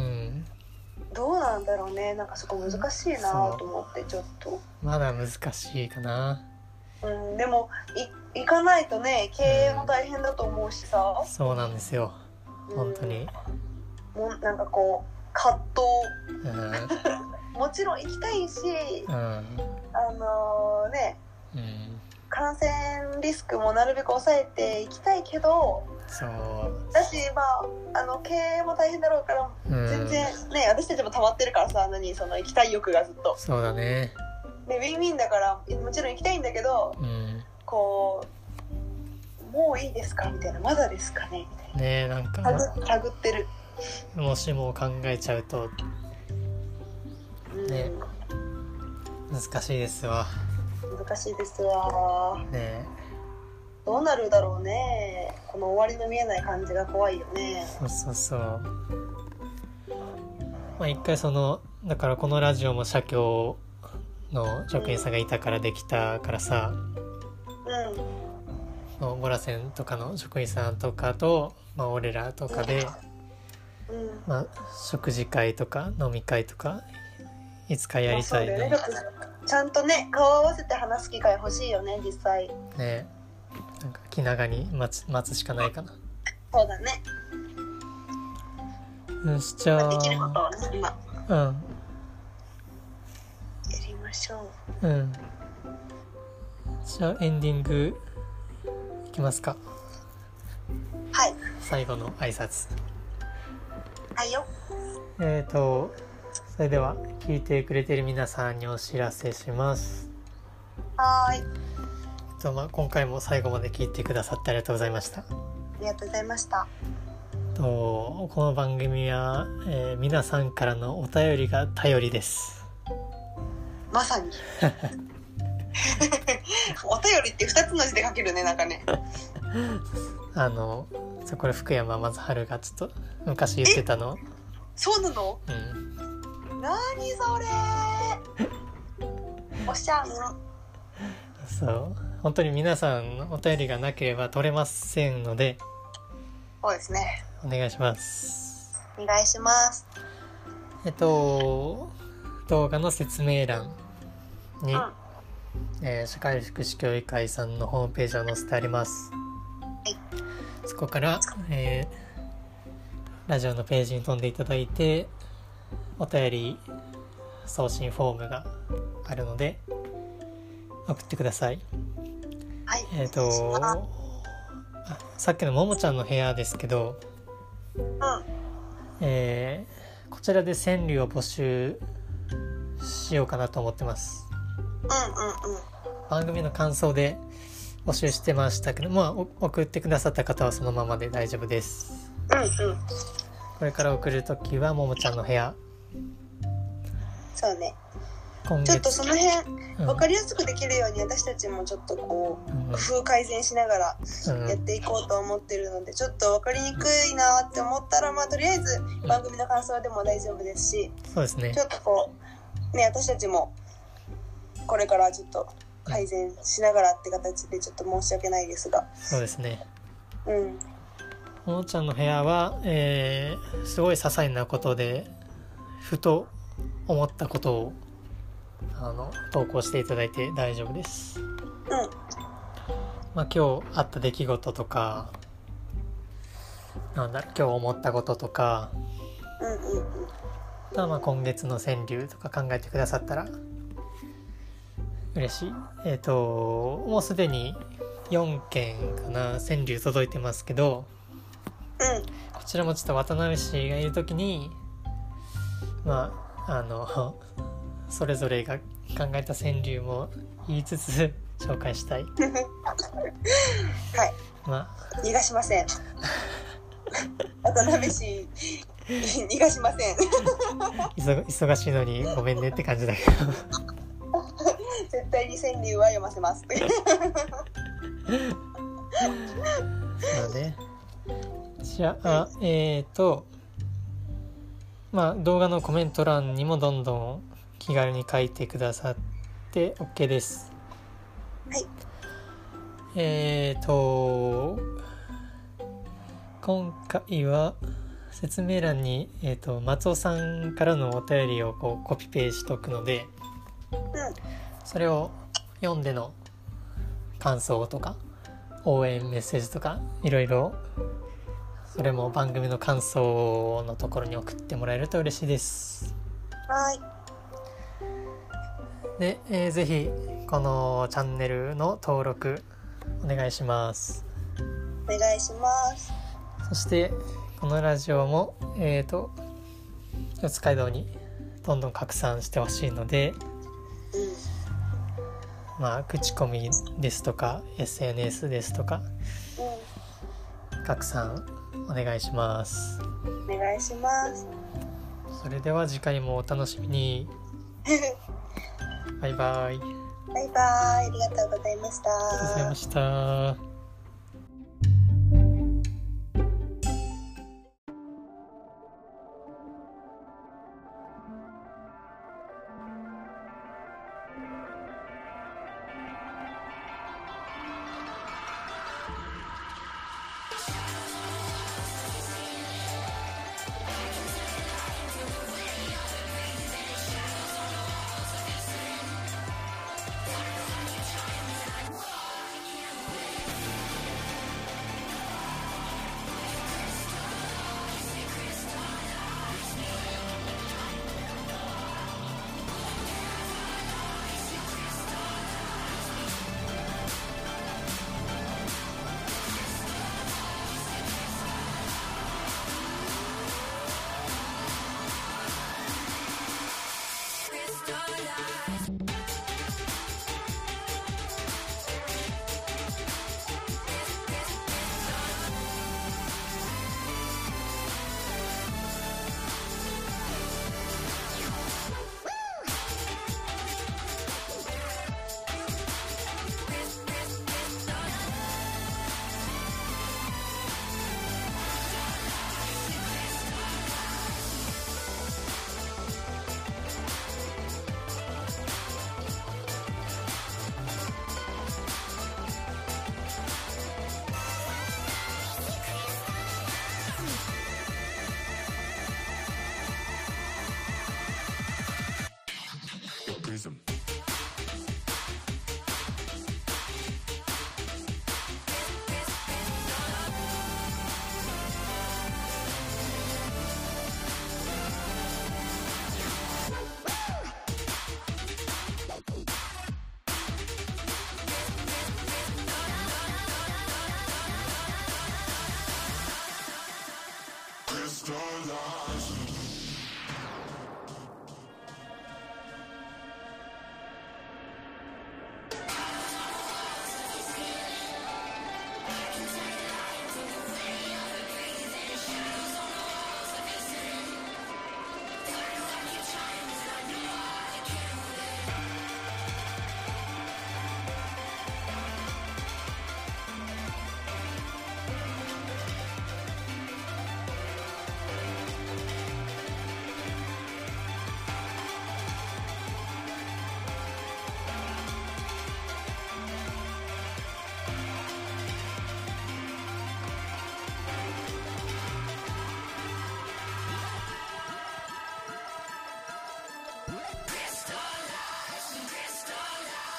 どうなんだろうね。なんかそこ難しいなと思ってちょっとまだ難しいかな。 うん、でもい行かないとね経営も大変だと思うしさ、 うん、そうなんですよ本当に、 うん、もうなんかこう葛藤、うん、もちろん行きたいし、うん、あのー、ね、うん、感染リスクもなるべく抑えていきたいけどそうだし、まあ、あの経営も大変だろうから、うん、全然ね私たちも溜まってるからさ何その行きたい欲がずっとそうだね。 でウィンウィンだからもちろん行きたいんだけど、うん、こうもういいですかみたいなまだですかねみたいなねえなんか探ってる。 もしも考えちゃうとね、うん、難しいですわ。 難しいですわねえ。どうなるだろうね。この終わりの見えない感じが怖いよね。 そうそうそう。まあ一回そのだからこのラジオも社協の職員さんがいたからできたからさ、うん、ボラセンとかの職員さんとかと、まあ、俺らとかで、うんまあ、食事会とか飲み会とかいつかやりたいね。 まあそうだよね。ちゃんとね顔合わせて話す機会欲しいよね実際ね。なんか気長に待つ、待つしかないかな。 そうだね。 よしじゃあできることはね今うんやりましょう。 うんじゃあエンディングいきますか。 はい。 最後の挨拶。 はいよ。 えーとそれでは聞いてくれている皆さんにお知らせします。 はーい。 えっとまあ今回も最後まで聞いてくださってありがとうございました。ありがとうございました。 とこの番組は、えー、皆さんからのお便りが頼りです。 まさにお便りってふたつの字で書けるねなんかねあのこれ福山雅治がちょっと昔言ってたの。 そうなの？うん。なにそれおしゃん。 そう本当に皆さんのお便りがなければ取れませんのでそうですね。 お願いします。 お願いします。 えっと動画の説明欄に、うんえー、社会福祉協議会さんのホームページを載せてあります。 はい、 そこから、えー、ラジオのページに飛んでいただいてお便り送信フォームがあるので送ってください。 はい、 えっとさっきのももちゃんの部屋ですけど、 うんえー、こちらで川柳を募集しようかなと思ってます。 うんうんうん。 番組の感想で募集してましたけど、まあ送ってくださった方はそのままで大丈夫です。 うんうん。 これから送るときはももちゃんの部屋。 そうね。 今月ちょっとその辺、うん、分かりやすくできるように私たちもちょっとこう、うん、工夫改善しながらやっていこうと思ってるので、うん、ちょっと分かりにくいなって思ったら、まあとりあえず番組の感想でも大丈夫ですし、 うん、そうですね。 ちょっとこうね私たちもこれからちょっと改善しながらって形でちょっと申し訳ないですが、 そうですね。 うん。 ももちゃんの部屋は、えー、すごい些細なことでふと思ったことをあの投稿していただいて大丈夫です。 うん。 まあ今日あった出来事とか、なんだ今日思ったこととか、 うんうんうん。 あとはまあ今月の川柳とか考えてくださったら嬉しい。えっともうすでによんけんかな川柳届いてますけど、 うん。 こちらもちょっと渡辺氏がいるときにまああのそれぞれが考えた川柳も言いつつ紹介したい。はい。 まあ逃がしません。渡辺氏逃がしません。 忙しいのにごめんねって感じだけど。 絶対に川柳は読ませます。 そうね。じゃあえっとまあ動画のコメント欄にもどんどん気軽に書いてくださって OK です。 はい。 えーと今回は説明欄に、えーと松尾さんからのお便りをこうコピペしとくので、 うん、 それを読んでの感想とか応援メッセージとかいろいろそれも番組の感想のところに送ってもらえると嬉しいです。 はい。 で、えー、ぜひこのチャンネルの登録お願いします。 お願いします。 そしてこのラジオもえーと四街道にどんどん拡散してほしいので、 うん、 まあ口コミですとか エスエヌエス ですとか、 うん、 拡散お願いします。 お願いします。 それでは次回もお楽しみに。バイバイ。 バイバイ。ありがとうございました。 ありがとうございました。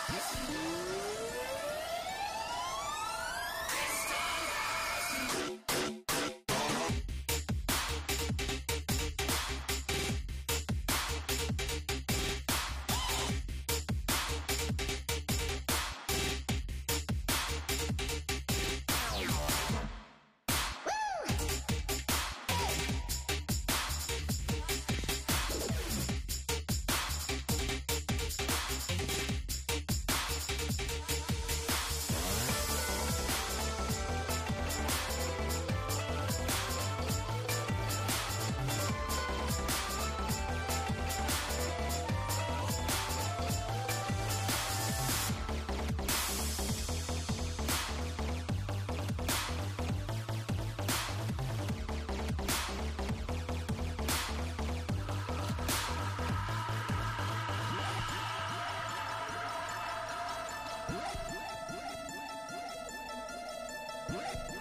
What?